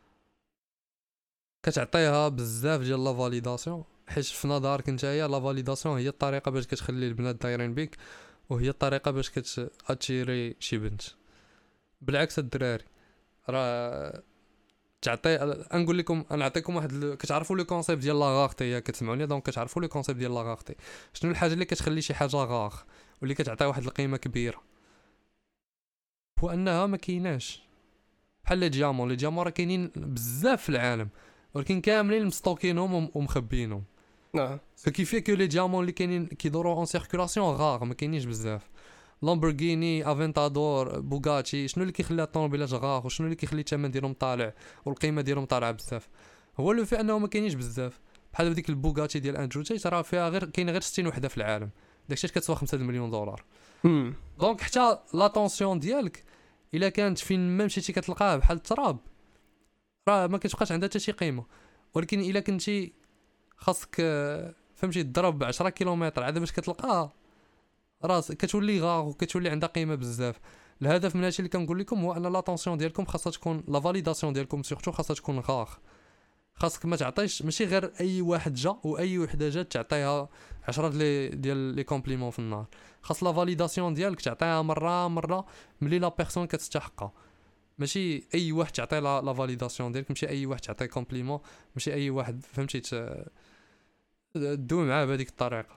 كتعطيها بزاف ديال لا فاليداسيون، حيت في نظرك نتايا لا فاليداسيون هي الطريقه باش كتخلي البنات دايرين بيك، وهي الطريقه باش كتاتيري شي بنت. بالعكس الدراري راه تعطي، نقول لكم نعطيكم واحد ال... كتعرفوا لو كونسيبت ديال لا غارتي، يا كتسمعوني؟ دونك كتعرفوا لو كونسيبت ديال لا غارتي. شنو الحاجه اللي كتخلي شي حاجه غار واللي كتعطي واحد القيمه كبيره؟ هو انها ما كايناش. بحال لي ديامون، لي ديامون راه كاينين بزاف في العالم ولكن كاملين مستوكينهم ومخبينهم. نعم سو كي في كو لي ديامون اللي كاينين كيدوروا اون سيركولاسيون غار، ما كاينينش بزاف. لامبورغيني، افنتادور، بوغاتي، شنو اللي كيخلي الطوموبيلات غار وشنو اللي كيخلي الثمن ديالهم طالع والقيمه ديالهم طالعه بزاف؟ هو لو في انه ما كاينينش بزاف. بحال ديك البوغاتي ديال اندرو تيت راه فيها غير كاين غير ستين وحده في العالم، داكشي كتسوى خمسة مليون دولار. دونك حتى لاتونسيون ديالك الا كانت فين ما مشيتي كتلقاه بحال التراب راه ما كتبقاش عندها حتى شي قيمه. ولكن الا كنتي خاصك آه، فهمتي تضرب ب عشرة كيلومتر عاد باش كتلقاه راس كتولي غاغ وكتولي عندها قيمه بزاف. الهدف من هادشي اللي كنقول لكم هو ان لاتونسيون ديالكم خاصها تكون لا فاليداسيون ديالكم سورتو خاصها تكون غاغ. خاصك ما تعطيش ماشي غير اي واحد جا واي وحده جات تعطيها عشرة لي ديال لي كومبليمون في النهار. خاص لا فاليداسيون ديالك تعطيها مره مره ملي لا بيرسون كتستحقها. ماشي اي واحد تعطي لا لا فاليداسيون ديالك ماشي اي واحد تعطي كومبليمون ماشي اي واحد فهمتي تدوي معاه بهذيك الطريقه.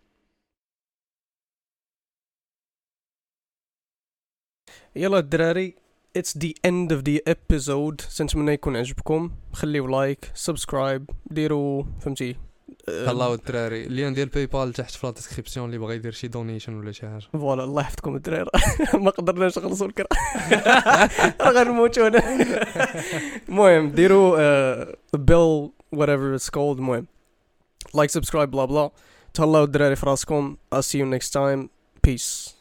يلا الدراري it's the end of the episode. نتمنى يكون عجبكم. خليو لايك سبسكرايب ديروا فهمتي الله الدراري اللين ديال باي بال تحت في لا ديسكريبسيون اللي بغى يدير شي دونيشن ولا شي حاجه. فوالا الله يحفظكم الدراري. ما قدرناش نخلصوا الكرا راه غنموتوا هنا. المهم ديروا بيل whatever it's called. المهم لايك سبسكرايب بلا بلا. تهلاو الدراري في راسكم. I'll see you next time. Peace.